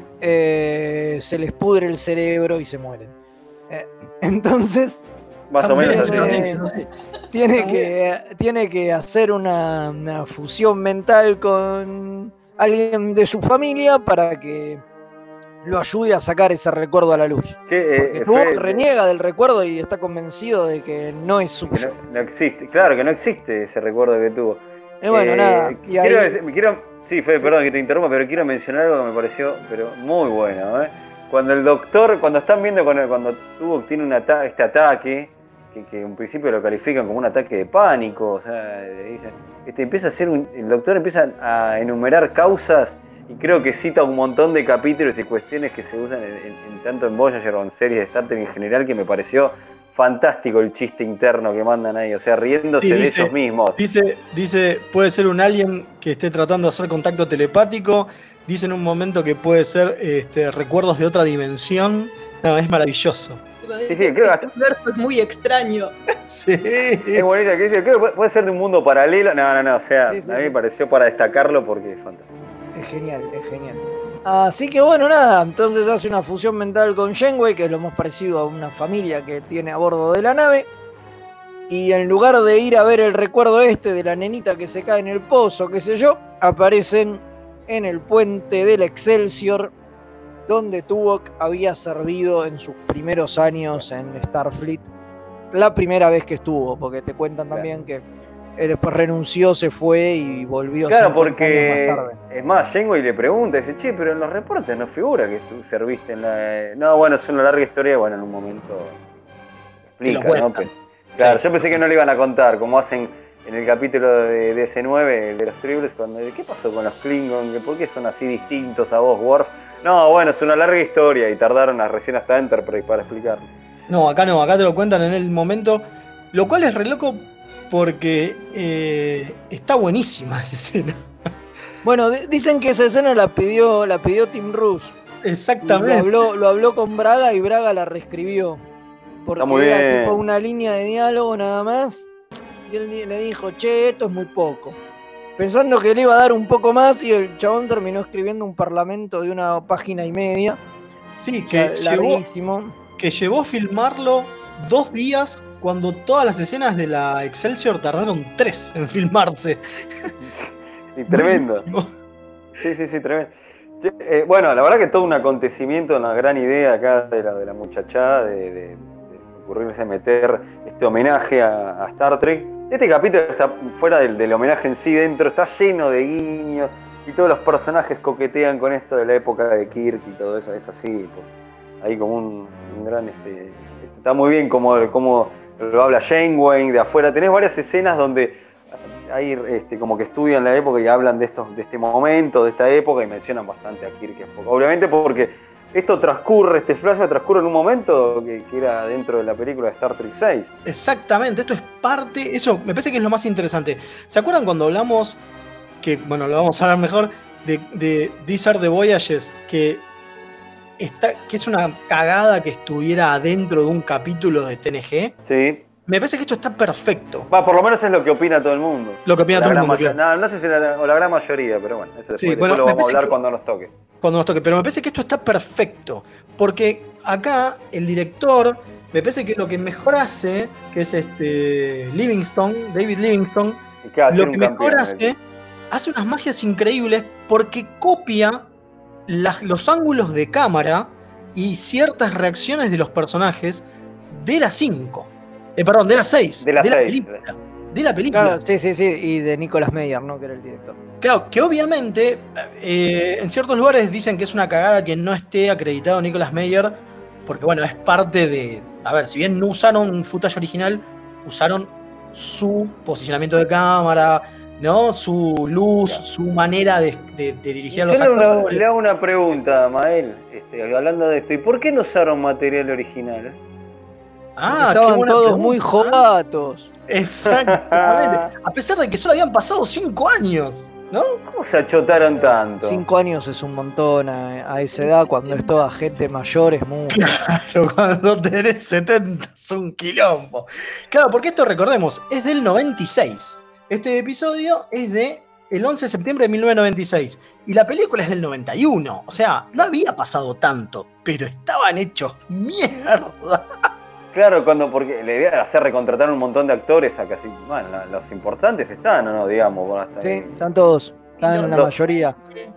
eh, se les pudre el cerebro y se mueren. Eh, entonces. Más o menos tiene, así. Tiene que, tiene que hacer una, una fusión mental con alguien de su familia para que lo ayude a sacar ese recuerdo a la luz. Sí, eh, Porque Tuvo reniega del recuerdo y está convencido de que no es suyo. No, no existe, claro que no existe ese recuerdo que tuvo. Y bueno, eh, nada. Y quiero, ahí... decir, quiero, sí, Fede, perdón que te interrumpa, pero quiero mencionar algo que me pareció pero muy bueno. ¿eh? Cuando el doctor, cuando están viendo cuando, cuando tuvo tiene un ata- este ataque, que, que en principio lo califican como un ataque de pánico, o sea, dicen, este, empieza a hacer un, el doctor empieza a enumerar causas y creo que cita un montón de capítulos y cuestiones que se usan en, en, en tanto en Voyager o en series de Star Trek en general, que me pareció fantástico el chiste interno que mandan ahí, o sea, riéndose Sí, de dice- ellos mismos. Dice, dice, puede ser un alien que esté tratando de hacer contacto telepático. Dice en un momento que puede ser este, recuerdos de otra dimensión. No, es maravilloso. Sí, sí, creo que Este universo es muy extraño. Sí. es bonita que dice, creo que puede- puede ser de un mundo paralelo. No, no, no, o sea, Sí, sí, a mí sí. me pareció para destacarlo porque es fantástico. Es genial, es genial. Así que bueno, nada, entonces hace una fusión mental con Janeway, que es lo más parecido a una familia que tiene a bordo de la nave. Y en lugar de ir a ver el recuerdo este de la nenita que se cae en el pozo, qué sé yo, aparecen en el puente del Excelsior, donde Tuvok había servido en sus primeros años en Starfleet. La primera vez que estuvo, porque te cuentan también que él después renunció, se fue y volvió Claro, cincuenta porque años más tarde. es más, Janeway le pregunta, dice, che, pero en los reportes no figura que tú serviste en la... No, bueno, es una larga historia, bueno, en un momento explica, Te lo ¿no? cuentan. Pero, claro, Sí. yo pensé que no le iban a contar, como hacen en el capítulo de D S nueve, de los Tribbles, cuando ¿qué pasó con los Klingon? ¿Por qué son así distintos a vos, Worf? No, bueno, es una larga historia y tardaron a recién hasta Enterprise para explicarlo. No, acá no, acá te lo cuentan en el momento. Lo cual es re loco porque eh, está buenísima esa escena. Bueno, dicen que esa escena la pidió, la pidió Tim Russ. Exactamente. Lo habló, lo habló con Braga y Braga la reescribió. Porque muy era bien. tipo una línea de diálogo nada más. Y él le dijo, che, esto es muy poco. Pensando que le iba a dar un poco más y el chabón terminó escribiendo un parlamento de una página y media. Sí, que, o sea, llevó, que llevó a filmarlo dos días cuando todas las escenas de la Excelsior tardaron tres en filmarse. Y tremendo. Buenísimo. Sí, sí, sí, tremendo. Eh, bueno, la verdad que todo un acontecimiento, una gran idea acá de la, de la muchachada de, de, de ocurrirse meter este homenaje a, a Star Trek. Este capítulo está fuera del, del homenaje en sí, dentro está lleno de guiños y todos los personajes coquetean con esto de la época de Kirk y todo eso, es así, pues, ahí como un, un gran, este, está muy bien como, como lo habla Janeway de afuera, tenés varias escenas donde hay este, como que estudian la época y hablan de, estos, de este momento, de esta época y mencionan bastante a Kirk, obviamente porque esto transcurre, este flashback transcurre en un momento que, que era dentro de la película de Star Trek seis. Exactamente, esto es parte, eso me parece que es lo más interesante. ¿Se acuerdan cuando hablamos, que bueno, lo vamos a hablar mejor, de, de These Are the Voyages, que, está, que es una cagada que estuviera adentro de un capítulo de T N G? Sí. Me parece que esto está perfecto. Va, por lo menos es lo que opina todo el mundo. Lo que opina todo el mundo. Claro. No, no sé si la, o la gran mayoría, pero bueno, eso después, sí, después bueno, lo vamos a hablar que, cuando nos toque. Cuando nos toque, pero me parece que esto está perfecto. Porque acá el director, me parece que lo que mejor hace, que es este Livingstone, David Livingstone, lo que mejor hace, hace unas magias increíbles porque copia las, los ángulos de cámara y ciertas reacciones de los personajes de las cinco. Eh, perdón, de las seis. De, la de, seis. La película, de la película. Claro, sí, sí, sí. Y de Nicolas Meyer, ¿no? Que era el director. Claro, que obviamente eh, en ciertos lugares dicen que es una cagada que no esté acreditado Nicolas Meyer, porque bueno, es parte de... A ver, si bien no usaron footage original, usaron su posicionamiento de cámara, ¿no? Su luz, claro. Su manera de, de, de dirigir a los Yo actores. Le hago una pregunta, Mael, este, hablando de esto. ¿Y por qué no usaron material original? Ah, estaban qué todos pregunta. muy jogatos. Exactamente. A pesar de que solo habían pasado cinco años, ¿no? ¿Cómo se achotaron tanto? Cinco años es un montón a, a esa edad, cuando es toda gente mayor, es mucho. Claro, cuando tenés setenta es un quilombo. Claro, porque esto, recordemos, es del noventa y seis. Este episodio es de el once de septiembre de mil novecientos noventa y seis. Y la película es del noventa y uno. O sea, no había pasado tanto, pero estaban hechos mierda. Claro, cuando porque la idea era hacer recontratar un montón de actores a casi, bueno, los importantes están, ¿o no? Digamos, bueno, hasta sí, ahí. están todos, están sí, la dos. mayoría.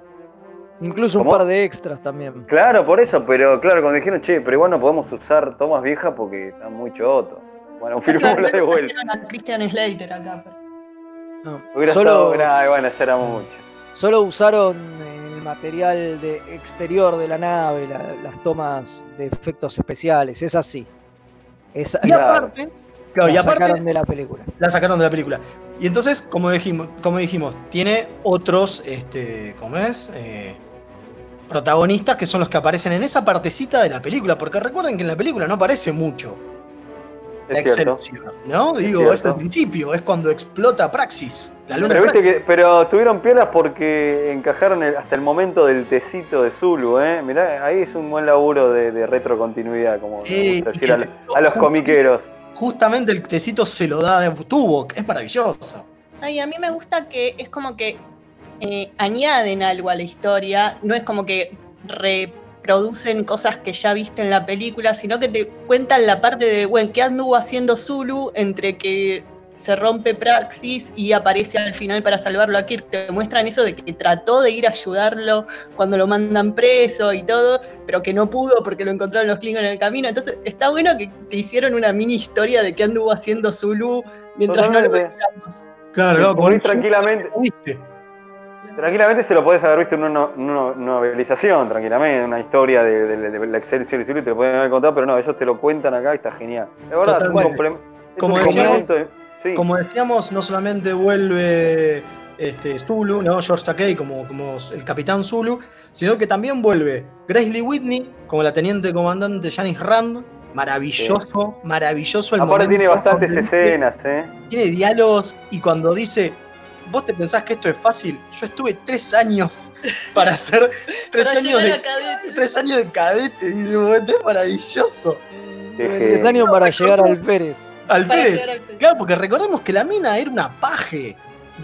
Incluso ¿Cómo? Un par de extras también. Claro, por eso, pero claro, cuando dijeron, che, pero igual no podemos usar tomas viejas porque están muy chotos. Bueno, firmémosla de vuelta. A Christian Slater acá. No, Hubiera solo, estado grave, bueno, eso era mucho. Solo usaron el material de exterior de la nave, la, las tomas de efectos especiales, es así. Esa, y aparte, claro, la y aparte, sacaron de la película. La sacaron de la película. Y entonces, como dijimos, como dijimos tiene otros, este, ¿cómo es? Eh, protagonistas que son los que aparecen en esa partecita de la película. Porque recuerden que en la película no aparece mucho. La Excelsior, ¿no? Es Digo, cierto. es el principio, es cuando explota Praxis. La luna pero, viste Praxis. que, pero tuvieron piolas porque encajaron el, hasta el momento del tecito de Zulu, ¿eh? Mirá, ahí es un buen laburo de, de retrocontinuidad, como Eh, me gusta decir a, los- a los comiqueros. Justamente el tecito se lo da de Tuvok, es maravilloso. Ay, a mí me gusta que es como que eh, añaden algo a la historia, no es como que reproducen cosas que ya viste en la película, sino que te cuentan la parte de, bueno, ¿qué anduvo haciendo Zulu entre que se rompe Praxis y aparece al final para salvarlo a Kirk? Te muestran eso de que trató de ir a ayudarlo cuando lo mandan preso y todo, pero que no pudo porque lo encontraron los Klingons en el camino. Entonces está bueno que te hicieron una mini historia de qué anduvo haciendo Zulu mientras Totalmente. no lo encontramos. Claro, Sí, no, por ahí un- tranquilamente. ¿Viste? Tranquilamente se lo podés haber visto en una, una novelización, tranquilamente, una historia de, de, de la Excelsior y Zulu, y te lo pueden haber contado, pero no, ellos te lo cuentan acá y está genial. De verdad, es un, Totalmente. comple- es Como un decíamos- complemento de- sí. Como decíamos, no solamente vuelve este, Zulu, ¿no? George Takei como, como el capitán Zulu, sino que también vuelve Grace Lee Whitney como la teniente comandante Janice Rand, Maravilloso, sí. maravilloso el Aparte momento. Tiene bastantes escenas, ¿eh? Tiene diálogos y cuando dice, vos te pensás que esto es fácil, yo estuve tres años para hacer tres, para años, de, tres años de cadete, dice, un momento es maravilloso. Tres años para llegar al Alférez. Alférez, claro, porque recordemos que la mina era una paje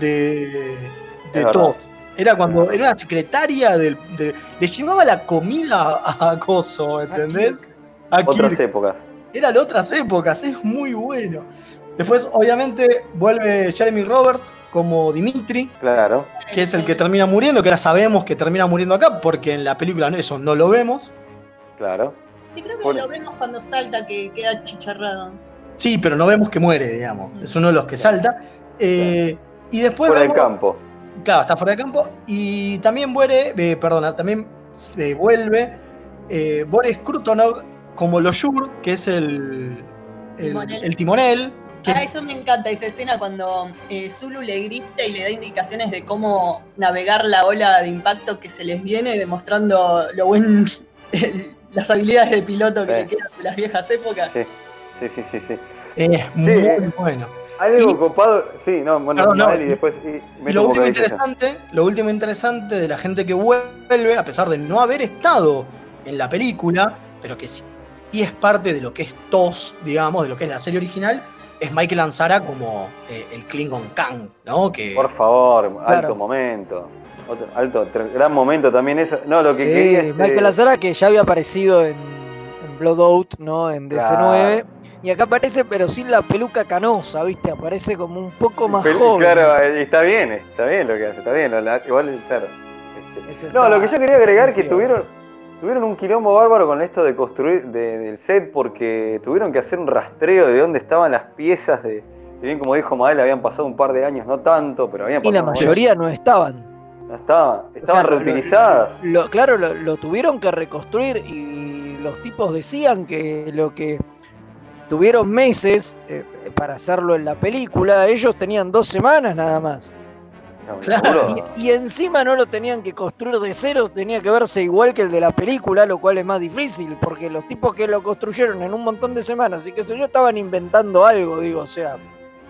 de, de todos. Era cuando era una secretaria del, de, le llevaba la comida a Coso, ¿entendés? A otras épocas. Eran otras épocas, es muy bueno. Después, obviamente, vuelve Jeremy Roberts como Dimitri. Claro. Que es el que termina muriendo, que ahora sabemos que termina muriendo acá, porque en la película eso no lo vemos. Claro. Sí, creo que bueno. lo vemos cuando salta, que queda chicharrado. Sí, pero no vemos que muere, digamos. Es uno de los que salta. Eh, claro. Y después fuera vemos, del campo. Claro, está fuera de campo. Y también muere, eh, perdona, también se vuelve eh, Boris Krutonov como Loshur, que es el, el timonel. El timonel que... Ah, eso me encanta, esa escena cuando eh, Zulu le grita y le da indicaciones de cómo navegar la ola de impacto que se les viene, demostrando lo buen, el, las habilidades de piloto que sí. le quedan de las viejas épocas. Sí, sí, sí, sí. sí. Es sí, muy eh, bueno. Algo y, copado, sí, no, bueno, perdón, no, y después... Y, y lo, último interesante, lo último interesante de la gente que vuelve, a pesar de no haber estado en la película, pero que sí, y es parte de lo que es T O S, digamos, de lo que es la serie original, es Michael Ansara como eh, el Klingon Khan, ¿no? Que, por favor, claro. alto momento. Otro, alto, gran momento también eso. No, lo que sí, quería este... Michael Ansara, que ya había aparecido en, en Blood Out, ¿no? En D C nueve. Claro. Y acá aparece, pero sin la peluca canosa, ¿viste? Aparece como un poco más Pel joven. Claro, está bien, está bien lo que hace, está bien. Igual, claro. Este... No, lo que yo quería agregar es que tuvieron, tuvieron un quilombo bárbaro con esto de construir de, del set, porque tuvieron que hacer un rastreo de dónde estaban las piezas. De, que bien como dijo Mael, habían pasado un par de años, no tanto, pero habían pasado. Y la mayoría no estaban. No estaban, estaban o sea, reutilizadas. Lo, lo, claro, lo, lo tuvieron que reconstruir y los tipos decían que lo que... Tuvieron meses eh, para hacerlo en la película, ellos tenían dos semanas nada más. No, claro. y, y encima no lo tenían que construir de cero, tenía que verse igual que el de la película, lo cual es más difícil, porque los tipos que lo construyeron en un montón de semanas y qué sé yo, estaban inventando algo, digo, o sea,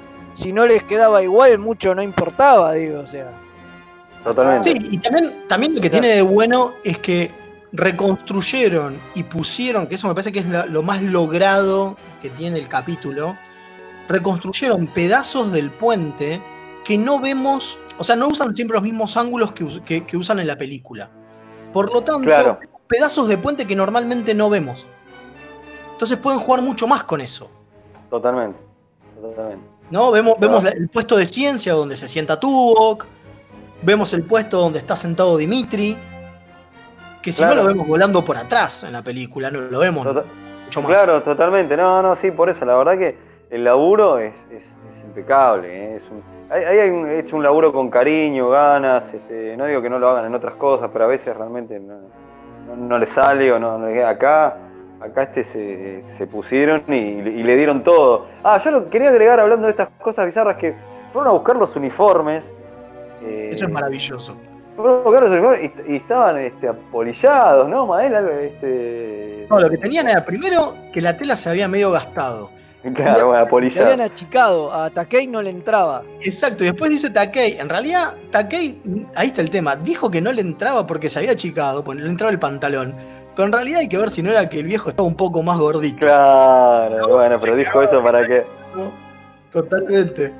si no les quedaba igual, mucho no importaba, digo, o sea. Totalmente. Sí, y también, también lo que tiene de bueno es que reconstruyeron y pusieron, que eso me parece que es la, lo más logrado que tiene el capítulo, reconstruyeron pedazos del puente que no vemos, o sea, no usan siempre los mismos ángulos que, que, que usan en la película. Por lo tanto, claro. pedazos de puente que normalmente no vemos. Entonces pueden jugar mucho más con eso. Totalmente, totalmente. ¿No? Vemos, no. vemos el puesto de ciencia donde se sienta Tuvok, vemos el puesto donde está sentado Dimitri, que si claro. no lo vemos volando por atrás en la película, no lo vemos Total, mucho más. Claro, totalmente. No, no, sí, por eso. La verdad que el laburo es, es, es impecable. ¿eh? Es un, hay, hay hecho un laburo con cariño, ganas. Este, no digo que no lo hagan en otras cosas, pero a veces realmente no, no, no les sale o no, no acá, acá este se, se pusieron y, y le dieron todo. Ah, yo lo quería agregar hablando de estas cosas bizarras que fueron a buscar los uniformes. Eh, eso es maravilloso. Y, y estaban este, apolillados, ¿no, Mael? Este... No, lo que tenían era primero que la tela se había medio gastado. Claro, bueno, apolillado. Se habían achicado, a Takei no le entraba. Exacto, y después dice Takei, en realidad Takei, ahí está el tema, dijo que no le entraba porque se había achicado, porque no le entraba el pantalón. Pero en realidad hay que ver si no era que el viejo estaba un poco más gordito. Claro, ¿no? Bueno, pero dijo eso para que... Totalmente.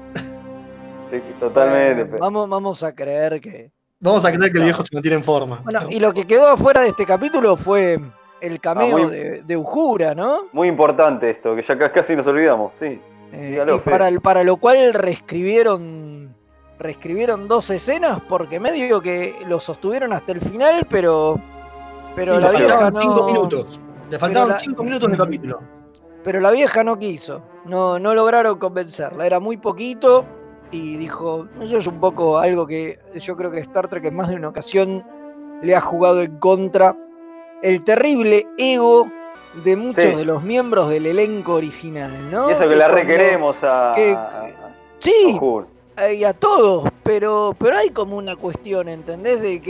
Sí, totalmente. Bueno, vamos, vamos a creer que... Vamos a creer que el viejo se mantiene en forma. Bueno, y lo que quedó afuera de este capítulo fue el cameo ah, muy, de, de Uhura, ¿no? Muy importante esto, que ya casi nos olvidamos, sí. Eh, Dígalo, para, para lo cual reescribieron, reescribieron dos escenas, porque medio que lo sostuvieron hasta el final, pero, pero sí, la le vieja faltaban no... cinco minutos. Le faltaban la, cinco minutos de capítulo. Pero la vieja no quiso, no, no lograron convencerla, era muy poquito. Y dijo, eso es un poco algo que yo creo que Star Trek en más de una ocasión le ha jugado en contra. El terrible ego de muchos sí. de los miembros del elenco original, ¿no? Y eso que, que la requeremos a... Que, a, a sí, a, y a todos, pero, pero hay como una cuestión, ¿entendés? De que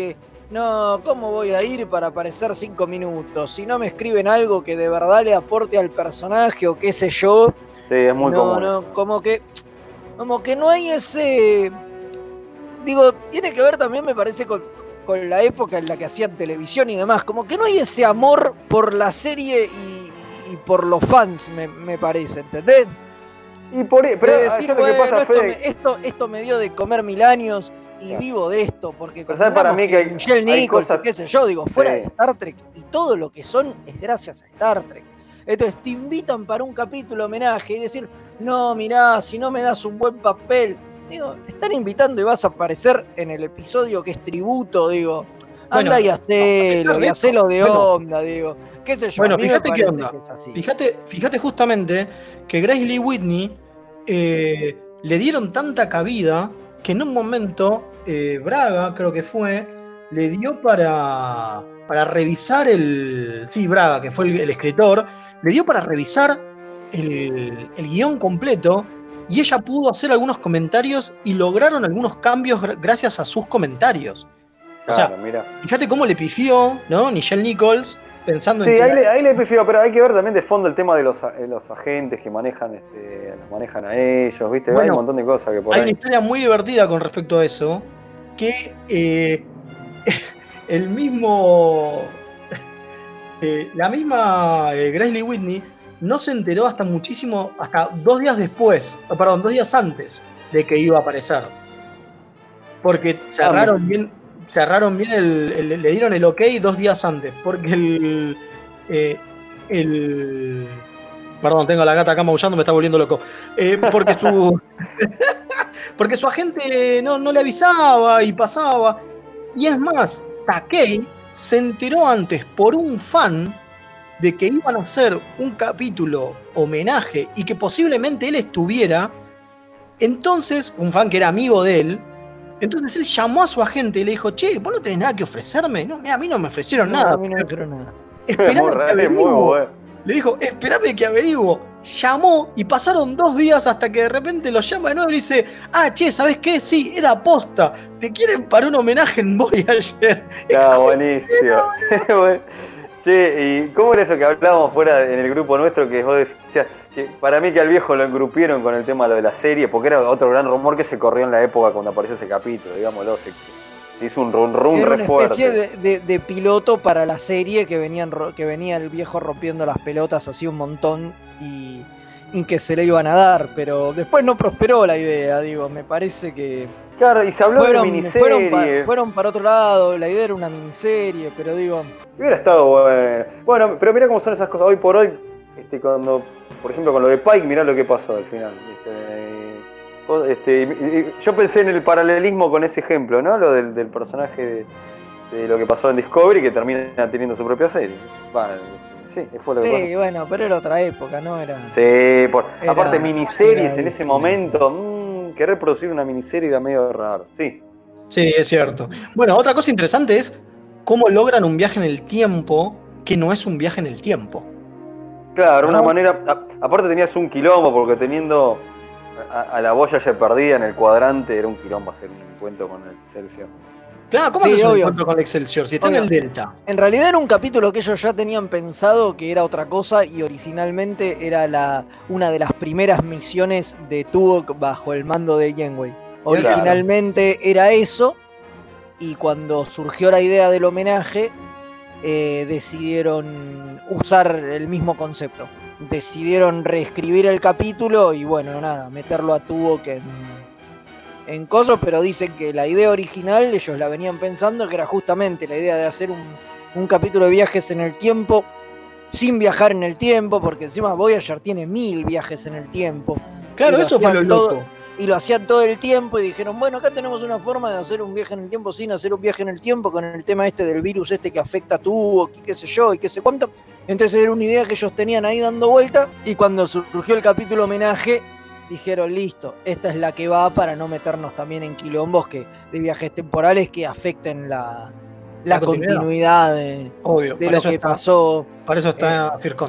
no, ¿cómo voy a ir para aparecer cinco minutos? Si no me escriben algo que de verdad le aporte al personaje o qué sé yo. Sí, es muy no, común. No, como que, como que no hay ese... Digo, tiene que ver también, me parece, con, con la época en la que hacían televisión y demás. Como que no hay ese amor por la serie y, y por los fans, me, me parece, ¿entendés? Y por pero de decir, bueno, que pasa, esto, Fede... me, esto, esto me dio de comer mil años y yeah. vivo de esto, porque ¿sabes para mí que, que hay, Michelle Nichols, cosas... qué sé yo, digo, fuera sí. de Star Trek y todo lo que son es gracias a Star Trek. Entonces te invitan para un capítulo homenaje y decir, no, mirá, si no me das un buen papel, digo, te están invitando y vas a aparecer en el episodio que es tributo, digo, anda bueno, y hacelo, no, y hacelo de bueno, onda, digo, qué sé yo. Bueno, fíjate qué onda, fíjate, fíjate justamente que Grace Lee Whitney eh, le dieron tanta cabida que en un momento eh, Braga, creo que fue, le dio para, para revisar el... Sí, Braga, que fue el, el escritor, le dio para revisar el, el guión completo y ella pudo hacer algunos comentarios y lograron algunos cambios gracias a sus comentarios. Claro, o sea, mira. Fíjate cómo le pifió, ¿no? Nichelle Nichols, pensando sí, en... Sí, ahí, ahí le pifió, pero hay que ver también de fondo el tema de los, de los agentes que manejan, este, los manejan a ellos, ¿viste? Bueno, hay un montón de cosas que por hay ahí... una historia muy divertida con respecto a eso, que eh, el mismo... Eh, la misma eh, Grace Lee Whitney no se enteró hasta muchísimo, hasta dos días después, perdón, dos días antes de que iba a aparecer. Porque cerraron bien, cerraron bien el, el, le dieron el ok dos días antes. Porque el, eh, el perdón, tengo a la gata acá maullando, me está volviendo loco. Eh, porque su porque su agente no, no le avisaba y pasaba. Y es más, Takei se enteró antes por un fan de que iban a hacer un capítulo homenaje y que posiblemente él estuviera. Entonces, un fan que era amigo de él, entonces él llamó a su agente y le dijo, che, ¿vos no tenés nada que ofrecerme? No, mira, a mí no me ofrecieron no, nada. A mí no me ofrecieron nada. Esperame que averiguo. Bueno. Le dijo, espérame que averiguo. Llamó y pasaron dos días hasta que de repente lo llama de nuevo y le dice, ah, che, ¿sabés qué? Sí, era posta. Te quieren para un homenaje en Voyager. Ah, buenísimo. Che, ¿y cómo era eso que hablábamos fuera en el grupo nuestro que vos decías que para mí que al viejo lo engrupieron con el tema de la serie, porque era otro gran rumor que se corrió en la época cuando apareció ese capítulo, digámoslo, se, se hizo un run run re fuerte. Era una especie de, de, de piloto para la serie que, venían, que venía el viejo rompiendo las pelotas así un montón y, y que se le iban a dar, pero después no prosperó la idea, digo, me parece que... Claro, y se habló fueron, de miniserie. Fueron, pa, fueron para otro lado, la idea era una miniserie, pero digo... Hubiera estado bueno. Bueno, pero mira cómo son esas cosas. Hoy por hoy, este, cuando, por ejemplo, con lo de Pike, mirá lo que pasó al final. Este, este, yo pensé en el paralelismo con ese ejemplo, ¿no? Lo del, del personaje de, de lo que pasó en Discovery, que termina teniendo su propia serie. Bueno, sí, fue lo que sí pasó. Bueno, pero era otra época, ¿no? Era. Sí, por, era, aparte miniseries era en ese momento. Mmm, querer producir una miniserie era medio raro. Sí. Sí, es cierto. Bueno, otra cosa interesante es cómo logran un viaje en el tiempo que no es un viaje en el tiempo. Claro, ¿no? Una manera... A, aparte tenías un quilombo, porque teniendo a, a la Voyager perdida en el cuadrante, era un quilombo hacer un encuentro con el Excelsior. Claro, ¿cómo sí, haces obvio. un encuentro con el Excelsior si está obvio. en el Delta? En realidad era un capítulo que ellos ya tenían pensado que era otra cosa y originalmente era la, una de las primeras misiones de Tuvok bajo el mando de Janeway. Originalmente claro. era eso. Y cuando surgió la idea del homenaje, eh, decidieron usar el mismo concepto. Decidieron reescribir el capítulo y bueno, nada, meterlo a Tuvok en, en coso, pero dicen que la idea original, ellos la venían pensando, que era justamente la idea de hacer un, un capítulo de viajes en el tiempo, sin viajar en el tiempo, porque encima Voyager tiene mil viajes en el tiempo. Claro, eso fue lo todo, loco. Y lo hacían todo el tiempo y dijeron, bueno, acá tenemos una forma de hacer un viaje en el tiempo sin hacer un viaje en el tiempo, con el tema este del virus este que afecta a tu, y qué sé yo, y qué sé cuánto. Entonces era una idea que ellos tenían ahí dando vuelta, y cuando surgió el capítulo homenaje, dijeron, listo, esta es la que va para no meternos también en quilombos que, de viajes temporales que afecten la, la, la continuidad, continuidad de, Obvio, de lo que está, pasó. Para eso está eh, Fear Contact.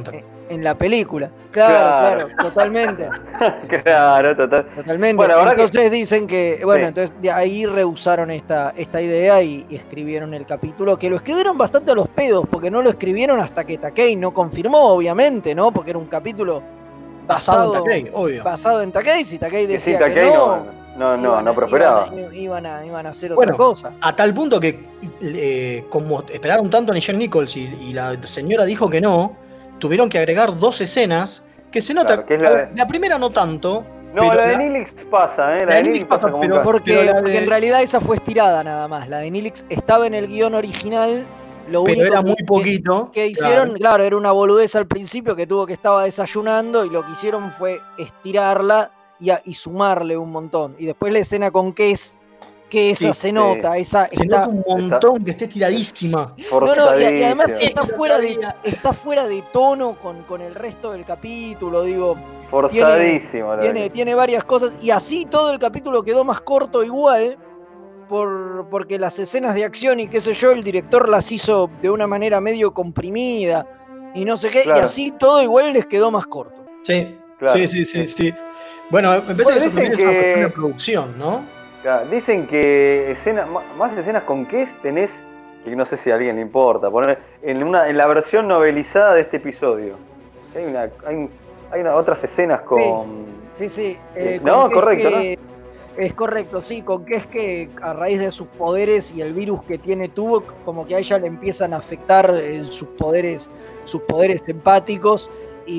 en la película. Claro, claro, claro totalmente. Claro, total. Totalmente. Bueno, entonces que... dicen que, bueno, sí. entonces de ahí rehusaron esta, esta idea y, y escribieron el capítulo, que lo escribieron bastante a los pedos, porque no lo escribieron hasta que Takei no confirmó, obviamente, ¿no? Porque era un capítulo basado, basado en Takei, obvio. Basado en Takei, si Takei decía sí, Takei que no, no, no, no, no prosperaba. Iban, iban, a, iban a hacer bueno, otra cosa. A tal punto que, eh, como esperaron tanto a Nichelle Nichols y, y la señora dijo que no, tuvieron que agregar dos escenas que se nota. Claro, que la, de... la primera no tanto. No, la de la... Nilix pasa, ¿eh? La, la de Nilix pasa, pasa pero, porque, pero porque de... en realidad esa fue estirada nada más. La de Nilix estaba en el guión original. Lo pero único era muy que, poquito. Que hicieron, claro. claro, era una boludez al principio que tuvo que estaba desayunando y lo que hicieron fue estirarla y, a, y sumarle un montón. Y después la escena con Kes, que esa sí, se nota, sí. esa se está... nota un montón, esa... que esté tiradísima. No, no, y, y además está fuera de, está fuera de tono con, con el resto del capítulo, digo. Forzadísimo. Tiene, tiene, tiene varias cosas, y así todo el capítulo quedó más corto igual, por, porque las escenas de acción y qué sé yo, el director las hizo de una manera medio comprimida, y no sé qué, claro. Y así todo igual les quedó más corto. Sí, claro. sí, sí, sí, sí. Bueno, me parece bueno, que eso también que... es una cuestión de producción, ¿no? Claro, dicen que escena, más escenas con Kes tenés, que no sé si a alguien le importa, poner en, una, en la versión novelizada de este episodio. Hay, una, hay, hay una, otras escenas con... Sí, sí, sí. Eh, no, con correcto, que, ¿no? Es correcto, sí, con que es que a raíz de sus poderes y el virus que tiene Tuvok, como que a ella le empiezan a afectar eh, sus poderes, sus poderes empáticos,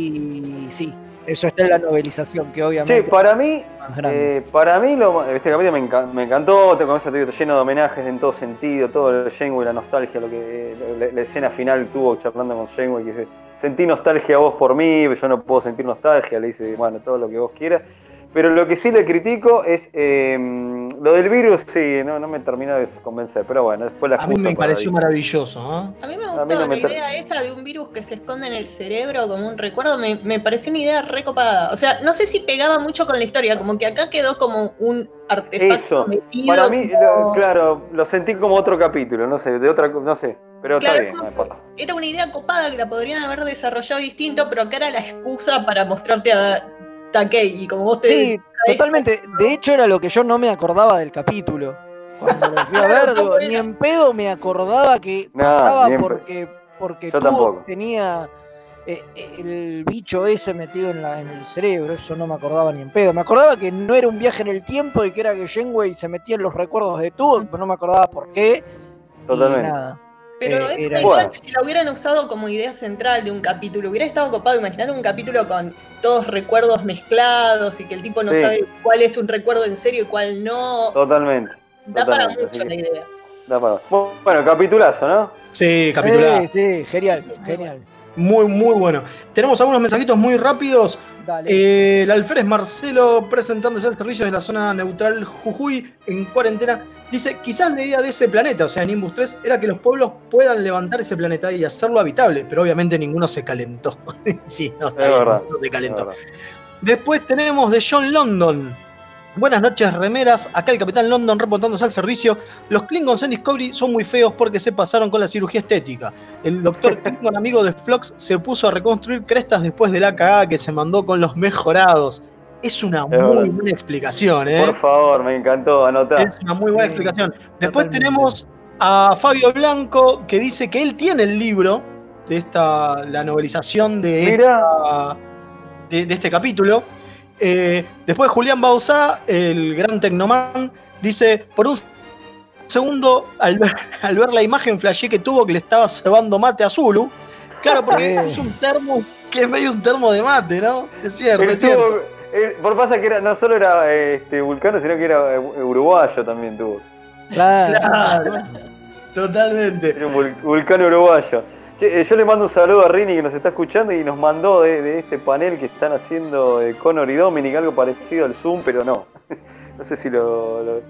y sí, eso está en la novelización, que obviamente... Sí, para mí, eh, para mí lo, este capítulo me, enca- me encantó, te comienza lleno de homenajes en todo sentido, todo el Janeway, la nostalgia, lo que la, la escena final tuvo charlando con Janeway, que dice, sentí nostalgia vos por mí, yo no puedo sentir nostalgia, le dice, bueno, todo lo que vos quieras. Pero lo que sí le critico es eh, lo del virus, sí, no, no me termina de convencer, pero bueno, fue la excusa. A mí me pareció maravilloso, ¿eh? A mí me gustó mí no la me idea ter... esa de un virus que se esconde en el cerebro como un recuerdo, me, me pareció una idea recopada. O sea, no sé si pegaba mucho con la historia, como que acá quedó como un artefacto Eso, metido, para mí, como... lo, claro, lo sentí como otro capítulo, no sé, de otra, no sé. Pero claro, está bien, no, era una idea copada que la podrían haber desarrollado distinto, pero acá era la excusa para mostrarte a Takei, y como vos te... Sí, totalmente. De hecho, era lo que yo no me acordaba del capítulo. Cuando lo fui a ver, digo, ni en pedo me acordaba que no, pasaba porque, porque tú tenía eh, el bicho ese metido en, la, en el cerebro. Eso no me acordaba ni en pedo. Me acordaba que no era un viaje en el tiempo y que era que Janeway se metía en los recuerdos de Tuvok, pero no me acordaba por qué. Totalmente. Y nada. Pero eh, es una idea bueno. que si la hubieran usado como idea central de un capítulo, hubiera estado copado. Imaginate un capítulo con todos recuerdos mezclados y que el tipo no sí. sabe cuál es un recuerdo en serio y cuál no. Totalmente. Da Totalmente, para mucho la idea. Da para... Bueno, capitulazo, ¿no? Sí, capitulazo. Sí, sí, genial, genial. Muy, muy bueno. Tenemos algunos mensajitos muy rápidos. Dale. Eh, el alférez Marcelo, presentándose al servicio de la zona neutral Jujuy en cuarentena, dice, quizás la idea de ese planeta, o sea, Nimbus tres, era que los pueblos puedan levantar ese planeta y hacerlo habitable, pero obviamente ninguno se calentó. Sí, no, está es bien, verdad, no se calentó. Es Después tenemos de John London. Buenas noches, remeras. Acá el Capitán London reportándose al servicio. Los Klingons en Discovery son muy feos porque se pasaron con la cirugía estética. El doctor Klingon, amigo de Phlox, se puso a reconstruir crestas después de la cagada que se mandó con los mejorados. Es una es muy verdad. buena explicación, ¿eh? Por favor, me encantó, anotar. Es una muy buena sí, explicación. Después totalmente. Tenemos a Fabio Blanco, que dice que él tiene el libro de esta, la novelización de, esta, de, de este capítulo. Eh, después Julián Bauzá, el gran tecnoman, dice, por un segundo, al ver, al ver la imagen flashé que tuvo que le estaba cebando mate a Zulu. Claro, porque es un termo que es medio un termo de mate, ¿no? Es cierto, es cierto. Tuvo, eh, por pasa que era, no solo era este, vulcano, sino que era eh, uruguayo también tuvo. Claro, claro. Totalmente. Era un vul, vulcano uruguayo. Che, eh, yo le mando un saludo a Rini que nos está escuchando y nos mandó de, de este panel que están haciendo eh, Connor y Dominic, algo parecido al Zoom, pero no. No sé si lo... lo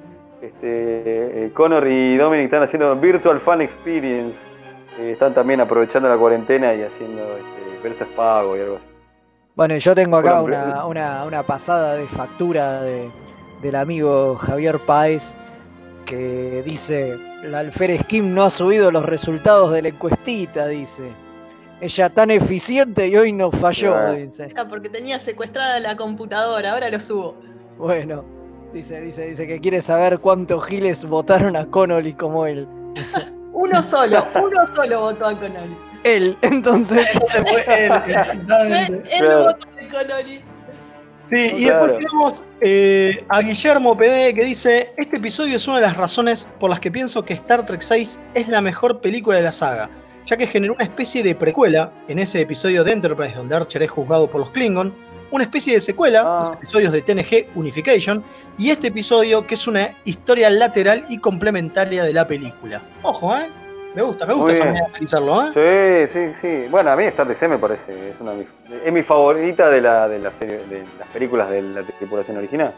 este, eh, Connor y Dominic están haciendo Virtual Fan Experience. Eh, están también aprovechando la cuarentena y haciendo... Este, pero esto es pago y algo así. Bueno, yo tengo acá una, una, una pasada de factura de, del amigo Javier Páez que dice... El alférez Kim no ha subido los resultados de la encuestita, dice. Ella tan eficiente y hoy no falló, Claro. dice. Era porque tenía secuestrada la computadora, ahora lo subo. Bueno, dice, dice, dice que quiere saber cuántos giles votaron a Connolly como él. Uno solo, uno solo votó a Connolly. Él, entonces. Entonces fue él, exactamente. Él Claro. votó a Connolly. Sí, y Claro. después tenemos eh, a Guillermo P D que dice: este episodio es una de las razones por las que pienso que Star Trek seis es la mejor película de la saga, ya que generó una especie de precuela en ese episodio de Enterprise donde Archer es juzgado por los Klingon, una especie de secuela, Ah. los episodios de T N G Unification, y este episodio que es una historia lateral y complementaria de la película. Ojo, ¿eh? Me gusta, me gusta Muy esa bien. manera de analizarlo, ¿eh? Sí, sí, sí. Bueno, a mí Star Trek me parece, es una de mis- es mi favorita de la, de la serie, de las películas de la tripulación original.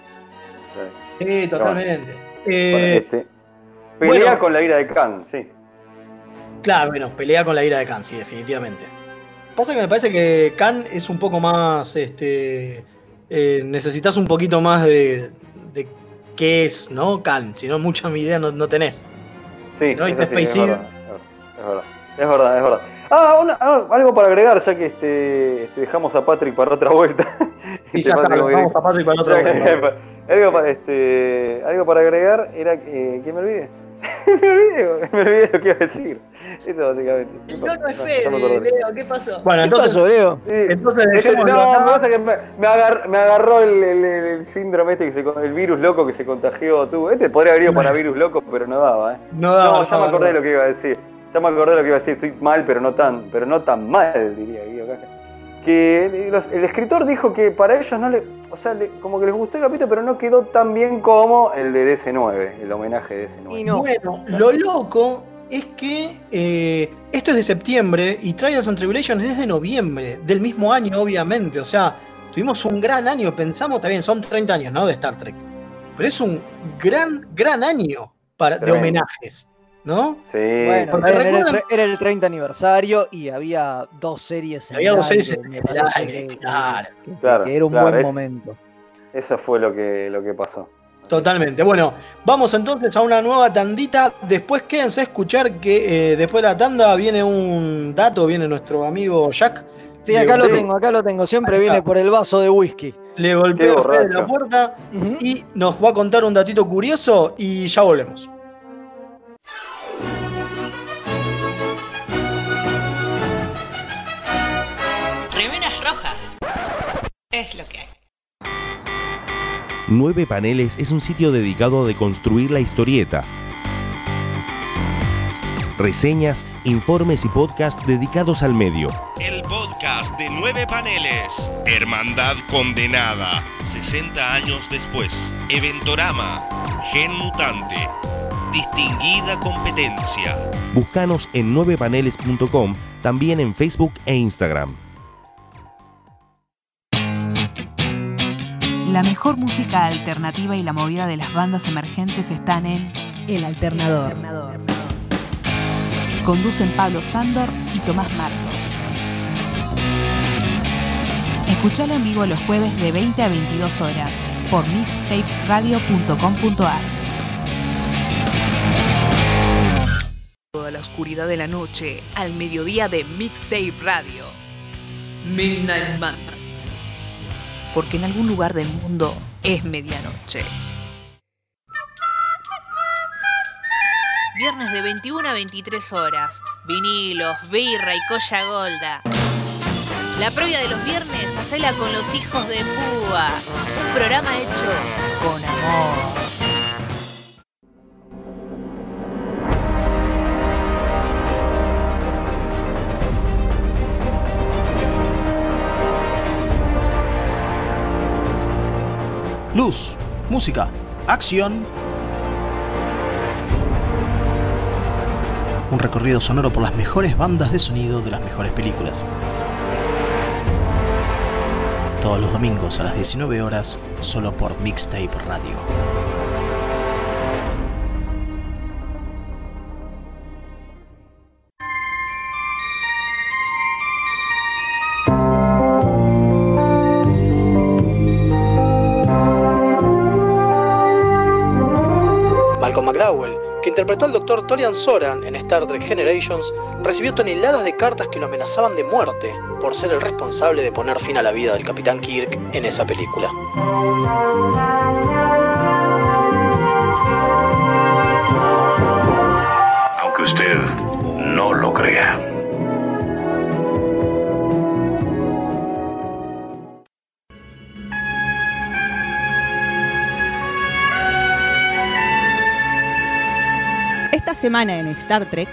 Sí, totalmente. Bueno, Eh, este, pelea bueno. con la ira de Khan, sí. Claro, bueno, pelea con la ira de Khan, sí, definitivamente. Pasa que me parece que Khan es un poco más, este, eh, necesitas un poquito más de, de qué es, ¿no? Khan, si no mucha idea no, no tenés. Sí, Si no, eso viste sí, es Space verdad, es verdad, es verdad, es verdad. Ah, una- ah, algo para agregar, ya que este, este, dejamos a Patrick para otra vuelta. Y Este, ya está, Patrick, lo como vamos a Patrick para otra Ya, vuelta. algo, para, este, algo para agregar era que. ¿Quién me olvide? me olvidé, me olvidé lo que iba a decir. Eso básicamente. El tono es Ya me acordé. Fede, Leo, ¿qué pasó? Bueno, ¿Qué entonces, pasó, Leo? Sí. entonces Ese- dejémoslo no, acá. pasa que me, me, agar- me agarró el, el- el síndrome este, que se, con- el virus loco que se contagió tú. Este podría haber ido para virus loco, pero no daba, ¿eh? No daba, No, ya me no, acordé de no. lo que iba a decir. Ya me acordé de lo que iba a decir. Estoy mal, pero no tan, pero no tan mal, diría Guido Caja. Que los- el escritor dijo que para ellos no le. O sea, le- como que les gustó el capítulo, pero no quedó tan bien como el de D C nueve, el homenaje de D C nueve. Y no. Bueno, lo loco es que eh, esto es de septiembre y Trials and Tribulations es de noviembre, del mismo año, obviamente. O sea, tuvimos un gran año, pensamos, también son treinta años, ¿no? De Star Trek. Pero es un gran, gran año para, de Tremendo. homenajes, ¿no? Sí, Bueno, Porque era el, recuerdan- tre- era el treinta aniversario y había dos series en Había el dos aire, series me en el parece aire, que- claro. que- Claro, que era un claro, buen es- momento. eso fue lo que, lo que pasó. Totalmente. Bueno, vamos entonces a una nueva tandita. Después quédense a escuchar que eh, después de la tanda viene un dato, viene nuestro amigo Jack. Sí, Le acá lo golpeo- tengo, acá lo tengo. Siempre Ahí está. viene por el vaso de whisky. Le golpeo a Qué Fede la borracho. puerta Ujú. y nos va a contar un datito curioso y ya volvemos. Remeras rojas. Es lo que hay. Nueve Paneles es un sitio dedicado a deconstruir la historieta. Reseñas, informes y podcasts dedicados al medio. El podcast de Nueve Paneles. Hermandad Condenada. sesenta años después. Eventorama. Gen Mutante. Distinguida Competencia. Búscanos en nueve paneles punto com, también en Facebook e Instagram. La mejor música alternativa y la movida de las bandas emergentes están en El Alternador. Conducen Pablo Sándor y Tomás Marcos. Escuchalo en vivo los jueves de veinte a veintidós horas por mixtape radio punto com punto ar. Toda la oscuridad de la noche al mediodía de Mixtape Radio. Midnight Madness. Porque en algún lugar del mundo es medianoche. Viernes de veintiuna a veintitrés horas. Vinilos, birra y colla golda. La previa de los viernes, hacela con los hijos de Púa. Un programa hecho con amor. Luz, música, acción. Un recorrido sonoro por las mejores bandas de sonido de las mejores películas. Todos los domingos a las diecinueve horas, solo por Mixtape Radio. Malcolm McDowell, que interpretó al doctor Tolian Zoran en Star Trek Generations, recibió toneladas de cartas que lo amenazaban de muerte por ser el responsable de poner fin a la vida del Capitán Kirk en esa película. Aunque usted no lo crea. Esta semana en Star Trek.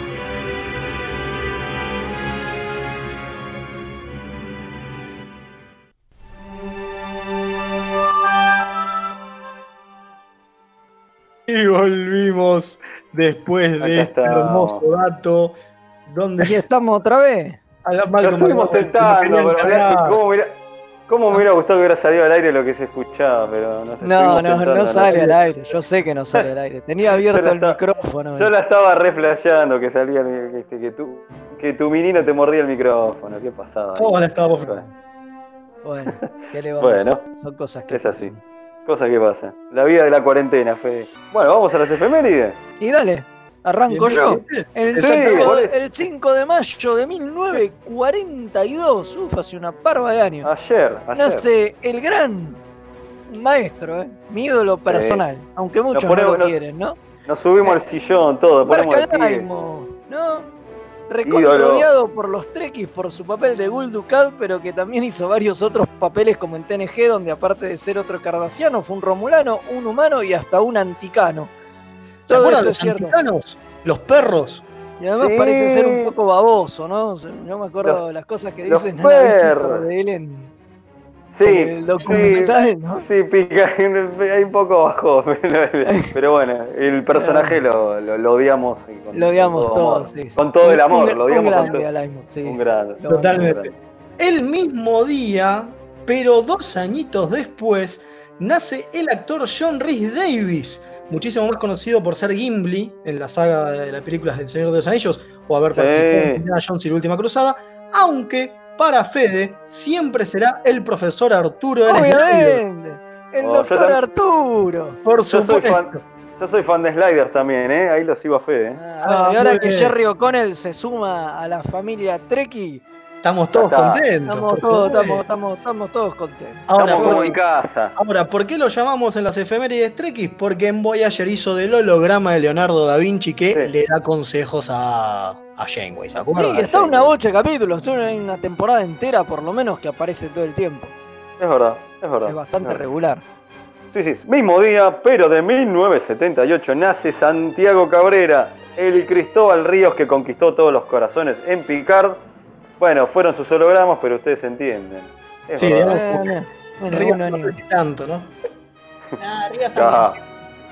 Y volvimos después de este hermoso dato. Donde aquí estamos otra vez. Lo estuvimos tentando, pero ¿cómo, mira, ¿cómo me hubiera gustado que hubiera salido al aire lo que se escuchaba? Pero no sé. No, no, no sale al aire. Yo sé que no sale al aire. Tenía abierto el estaba, micrófono. Yo la estaba reflejando que salía que, que, tu, que tu menino te mordía el micrófono. ¿Qué pasaba? ¿Cómo la estaba? Bueno, ¿qué le vamos bueno, a hacer? Son cosas que es pasan. Así. Cosas que pasan. La vida de la cuarentena, Fede. Bueno, vamos a las efemérides. Y dale, arranco yo. El, sí, cinco, el cinco de mayo de mil novecientos cuarenta y dos, uf, hace una parva de años. Ayer, ayer. Nace el gran maestro, ¿eh? Mi ídolo personal. Sí. Aunque muchos ponemos, no lo quieren, ¿no? Nos subimos eh, al sillón, todo. Ponemos el pie. ¿No? Recontrodiado por los Trekkies por su papel de Gul Dukat, pero que también hizo varios otros papeles como en T N G, donde aparte de ser otro cardassiano, fue un romulano, un humano y hasta un anticano. ¿Se acuerdan los anticanos? Los perros. Y además sí. Parece ser un poco baboso, ¿no? No me acuerdo los, las cosas que dicen en la visita de él en, sí, el documental, sí, ¿no? Sí, pica, hay un poco bajo, pero bueno, el personaje lo, lo, lo odiamos. Con, lo odiamos con todos, sí, sí. Con todo el amor, un, lo odiamos un con todo. Alaimo, sí, un sí, grande. Totalmente. El mismo día, pero dos añitos después, nace el actor John Rhys Davies, muchísimo más conocido por ser Gimli en la saga de las películas del Señor de los Anillos o haber sí. participado en Indiana Jones y la Última Cruzada, aunque para Fede siempre será el profesor Arturo. Obviamente, el oh, doctor Arturo. Por yo supuesto. Soy fan, yo soy fan de Sliders también, ¿eh? Ahí lo sigo a Fede. ¿eh? Ah, ah, y ahora que bien. Jerry O'Connell se suma a la familia Trekkie, estamos todos contentos. Estamos todos, estamos, estamos, estamos todos contentos. Ahora, estamos como en casa. Ahora, ¿por qué lo llamamos en las efemérides Trekkies? Porque en Voyager hizo del holograma de Leonardo da Vinci que sí. le da consejos a, a Janeway, ¿se acuerdan? Sí, está una bocha de capítulos, hay una temporada entera por lo menos que aparece todo el tiempo. Es verdad, es verdad. Es bastante es regular. Sí, sí, mismo día, pero de mil novecientos setenta y ocho nace Santiago Cabrera, el Cristóbal Ríos que conquistó todos los corazones en Picard. Bueno, fueron sus hologramas, pero ustedes entienden. Es sí, digamos, eh, bueno, Ríos no, no no, tanto, ¿no? Ah, Ríos también.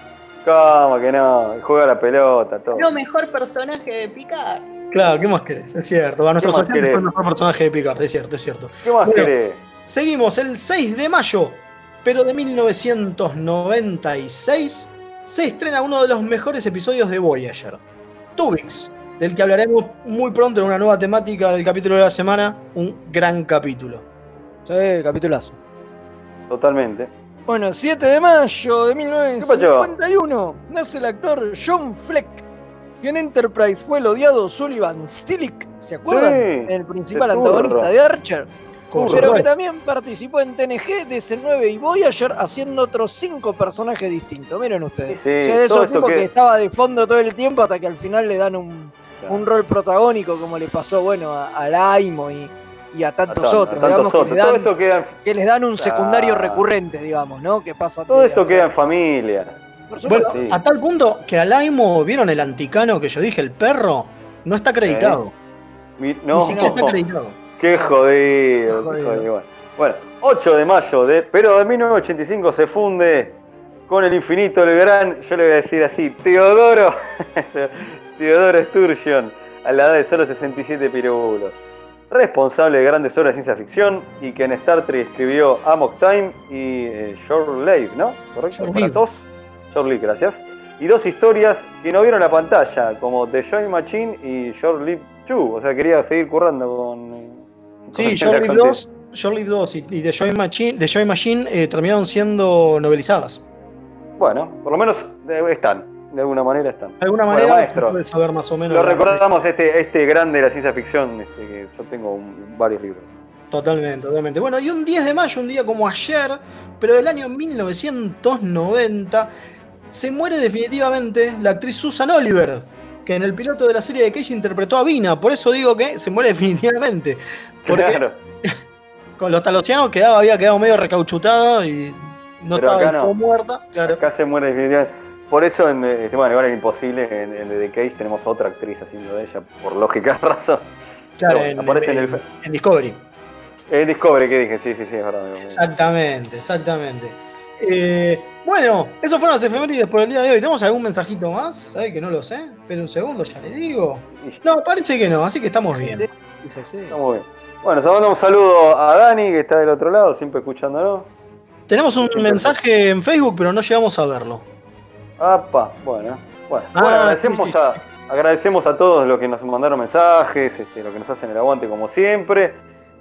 ¿Cómo que no? Juega la pelota, todo. Lo mejor personaje de Picard. Claro, ¿qué más querés? Es cierto. A nuestros oyentes fue el mejor personaje de Picard, es cierto, es cierto. ¿Qué más bueno, querés? Seguimos el seis de mayo, pero de mil novecientos noventa y seis, se estrena uno de los mejores episodios de Voyager, Tuvix, del que hablaremos muy pronto en una nueva temática del capítulo de la semana, un gran capítulo. Sí, capitulazo. Totalmente. Bueno, siete de mayo de mil novecientos cincuenta y uno nace el actor John Fleck, que en Enterprise fue el odiado Sullivan Stilik, ¿se acuerdan? Sí, el principal antagonista de Archer. Correcto. Pero que también participó en T N G, D C nueve y Voyager haciendo otros cinco personajes distintos. Miren ustedes. Sí, o sea, de esos tipos que... que estaba de fondo todo el tiempo hasta que al final le dan un, claro. un rol protagónico, como le pasó bueno a, a Laimo y, y a tantos a otros, a tantos digamos, otros. Que, le dan, todo esto queda en... que les dan un secundario claro. recurrente, digamos, ¿no? Que pasa todo esto queda en familia. Bueno, sí. A tal punto que a Laimo, ¿vieron el anticano que yo dije, el perro? No está acreditado. ¿Eh? No. Ni siquiera está acreditado. Qué jodido, qué jodido. Bueno. bueno, ocho de mayo, de, pero de mil novecientos ochenta y cinco se funde con el infinito, el gran, yo le voy a decir así, Teodoro, Teodoro Sturgeon, a la edad de solo sesenta y siete pirulos. Responsable de grandes obras de ciencia ficción y que en Star Trek escribió Amok Time y eh, Shore Leave, ¿no? ¿Correcto? Para dos. Shore Leave, gracias. Y dos historias que no vieron la pantalla, como The Joy Machine y Shore Leave dos. O sea, quería seguir currando con... con sí, Shore Leave dos, Shore Leave dos y, y The Joy Machine, The Joy Machine eh, terminaron siendo novelizadas. Bueno, por lo menos eh, están. de alguna manera están. De alguna bueno, manera maestro, se puede saber más o menos. Lo recordamos, este, este grande de la ciencia ficción, este, que yo tengo un, varios libros. Totalmente, totalmente. Bueno, y un diez de mayo, un día como ayer, pero del año mil novecientos noventa, se muere definitivamente la actriz Susan Oliver, que en el piloto de la serie de Cage interpretó a Vina. Por eso digo que se muere definitivamente. Porque claro. Con los talosianos quedaba, había quedado medio recauchutada y no pero estaba acá no. muerta. Claro. Acá se muere definitivamente. Por eso, en, este, bueno, igual es imposible, en, en The Cage tenemos otra actriz haciendo de ella, por lógica de razón. Claro, bueno, en, aparece en, en, el... en Discovery. En Discovery, que dije, sí, sí, sí, es verdad. Exactamente, exactamente. Eh, bueno, esos fueron las efemérides por el día de hoy. ¿Tenemos algún mensajito más? ¿Sabe que no lo sé? Espera un segundo, ya le digo. No, parece que no, así que estamos bien. Sí, sí, sí. Estamos bien. Bueno, se manda un saludo a Dani, que está del otro lado, siempre escuchándonos. Tenemos un siempre mensaje en Facebook, pero no llegamos a verlo. Apa, bueno. Bueno, ah, bueno agradecemos, sí, sí. A, agradecemos a todos los que nos mandaron mensajes, este, los que nos hacen el aguante como siempre.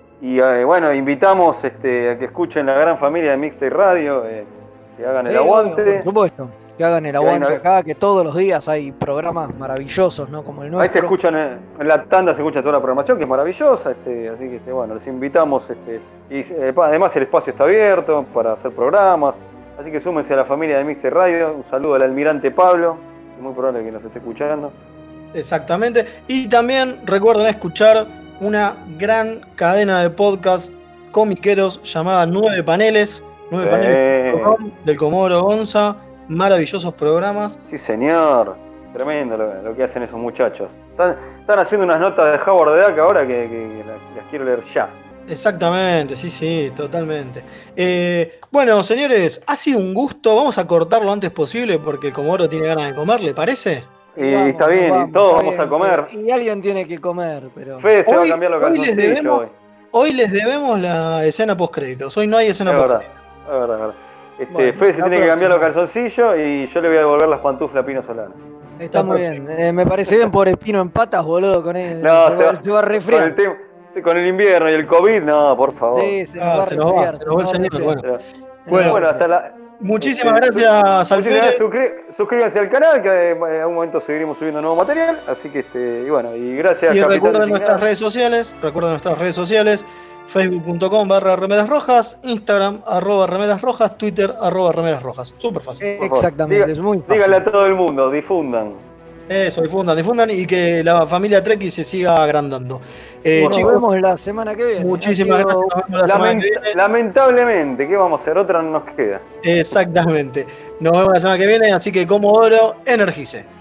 Y eh, bueno, invitamos este, a que escuchen la gran familia de Mixtape Radio, eh, que hagan sí, el aguante. Por supuesto, que hagan el aguante una... acá, que todos los días hay programas maravillosos, ¿no? Como el nuestro. Ahí se escuchan, en la tanda se escucha toda la programación, que es maravillosa, este, así que este, bueno, les invitamos, este, y eh, además el espacio está abierto para hacer programas, así que súmense a la familia de Mixtape Radio. Un saludo al almirante Pablo, es muy probable que nos esté escuchando. Exactamente, y también recuerden escuchar una gran cadena de podcast comiqueros llamada Nueve Paneles, nueve sí. paneles punto com, del Comodoro Gonza, maravillosos programas. Sí, señor, tremendo lo, lo que hacen esos muchachos. Están, están haciendo unas notas de Howard the Duck ahora que, que, que las quiero leer ya. Exactamente, sí, sí, totalmente. Eh, bueno, señores, ha sido un gusto, vamos a cortar lo antes posible porque el Comodoro tiene ganas de comer, ¿le parece? Y vamos, está bien, vamos, y todos está vamos bien, a comer. Y, y alguien tiene que comer, pero... Fede se hoy, va a cambiar los calzoncillos hoy. Les debemos, hoy. hoy les debemos la escena postcréditos, hoy no hay escena Es verdad, postcréditos. es verdad, es verdad. Este, Bueno, Fede se la tiene que cambiar los próxima. calzoncillos y yo le voy a devolver las pantuflas a Pino Solano. Está muy bien, eh, me parece bien por Espino en patas, boludo, con él. No, se, se va, va- se va a Con resfriar. el, tem- sí, con el invierno y el COVID, no, por favor. Sí, se nos Ah, va a se nos va, resfriar. se nos va el se señor, nos va a bueno. resfriar. Bueno, Bueno, hasta la... Muchísimas Este, gracias, Alfredo. suscri- suscríbanse al canal, que eh, en algún momento seguiremos subiendo nuevo material. Así que, este, y bueno, y gracias, Y Capitán recuerden Designado. nuestras redes sociales, recuerden nuestras redes sociales, facebook punto com barra remeras rojas, Instagram arroba remeras rojas, Twitter arroba remeras rojas. Súper fácil. Por favor, Exactamente, diga- es muy fácil. Díganle a todo el mundo, difundan. Eso, difundan, difundan y que la familia Treki se siga agrandando. Eh, Nos chicos, vemos la semana que viene. muchísimas Ha sido- gracias. Nos vemos la semana Lament- que viene. lamentablemente, ¿qué vamos a hacer? Otra no nos queda. Exactamente. Nos vemos la semana que viene, así que Comodoro, energice.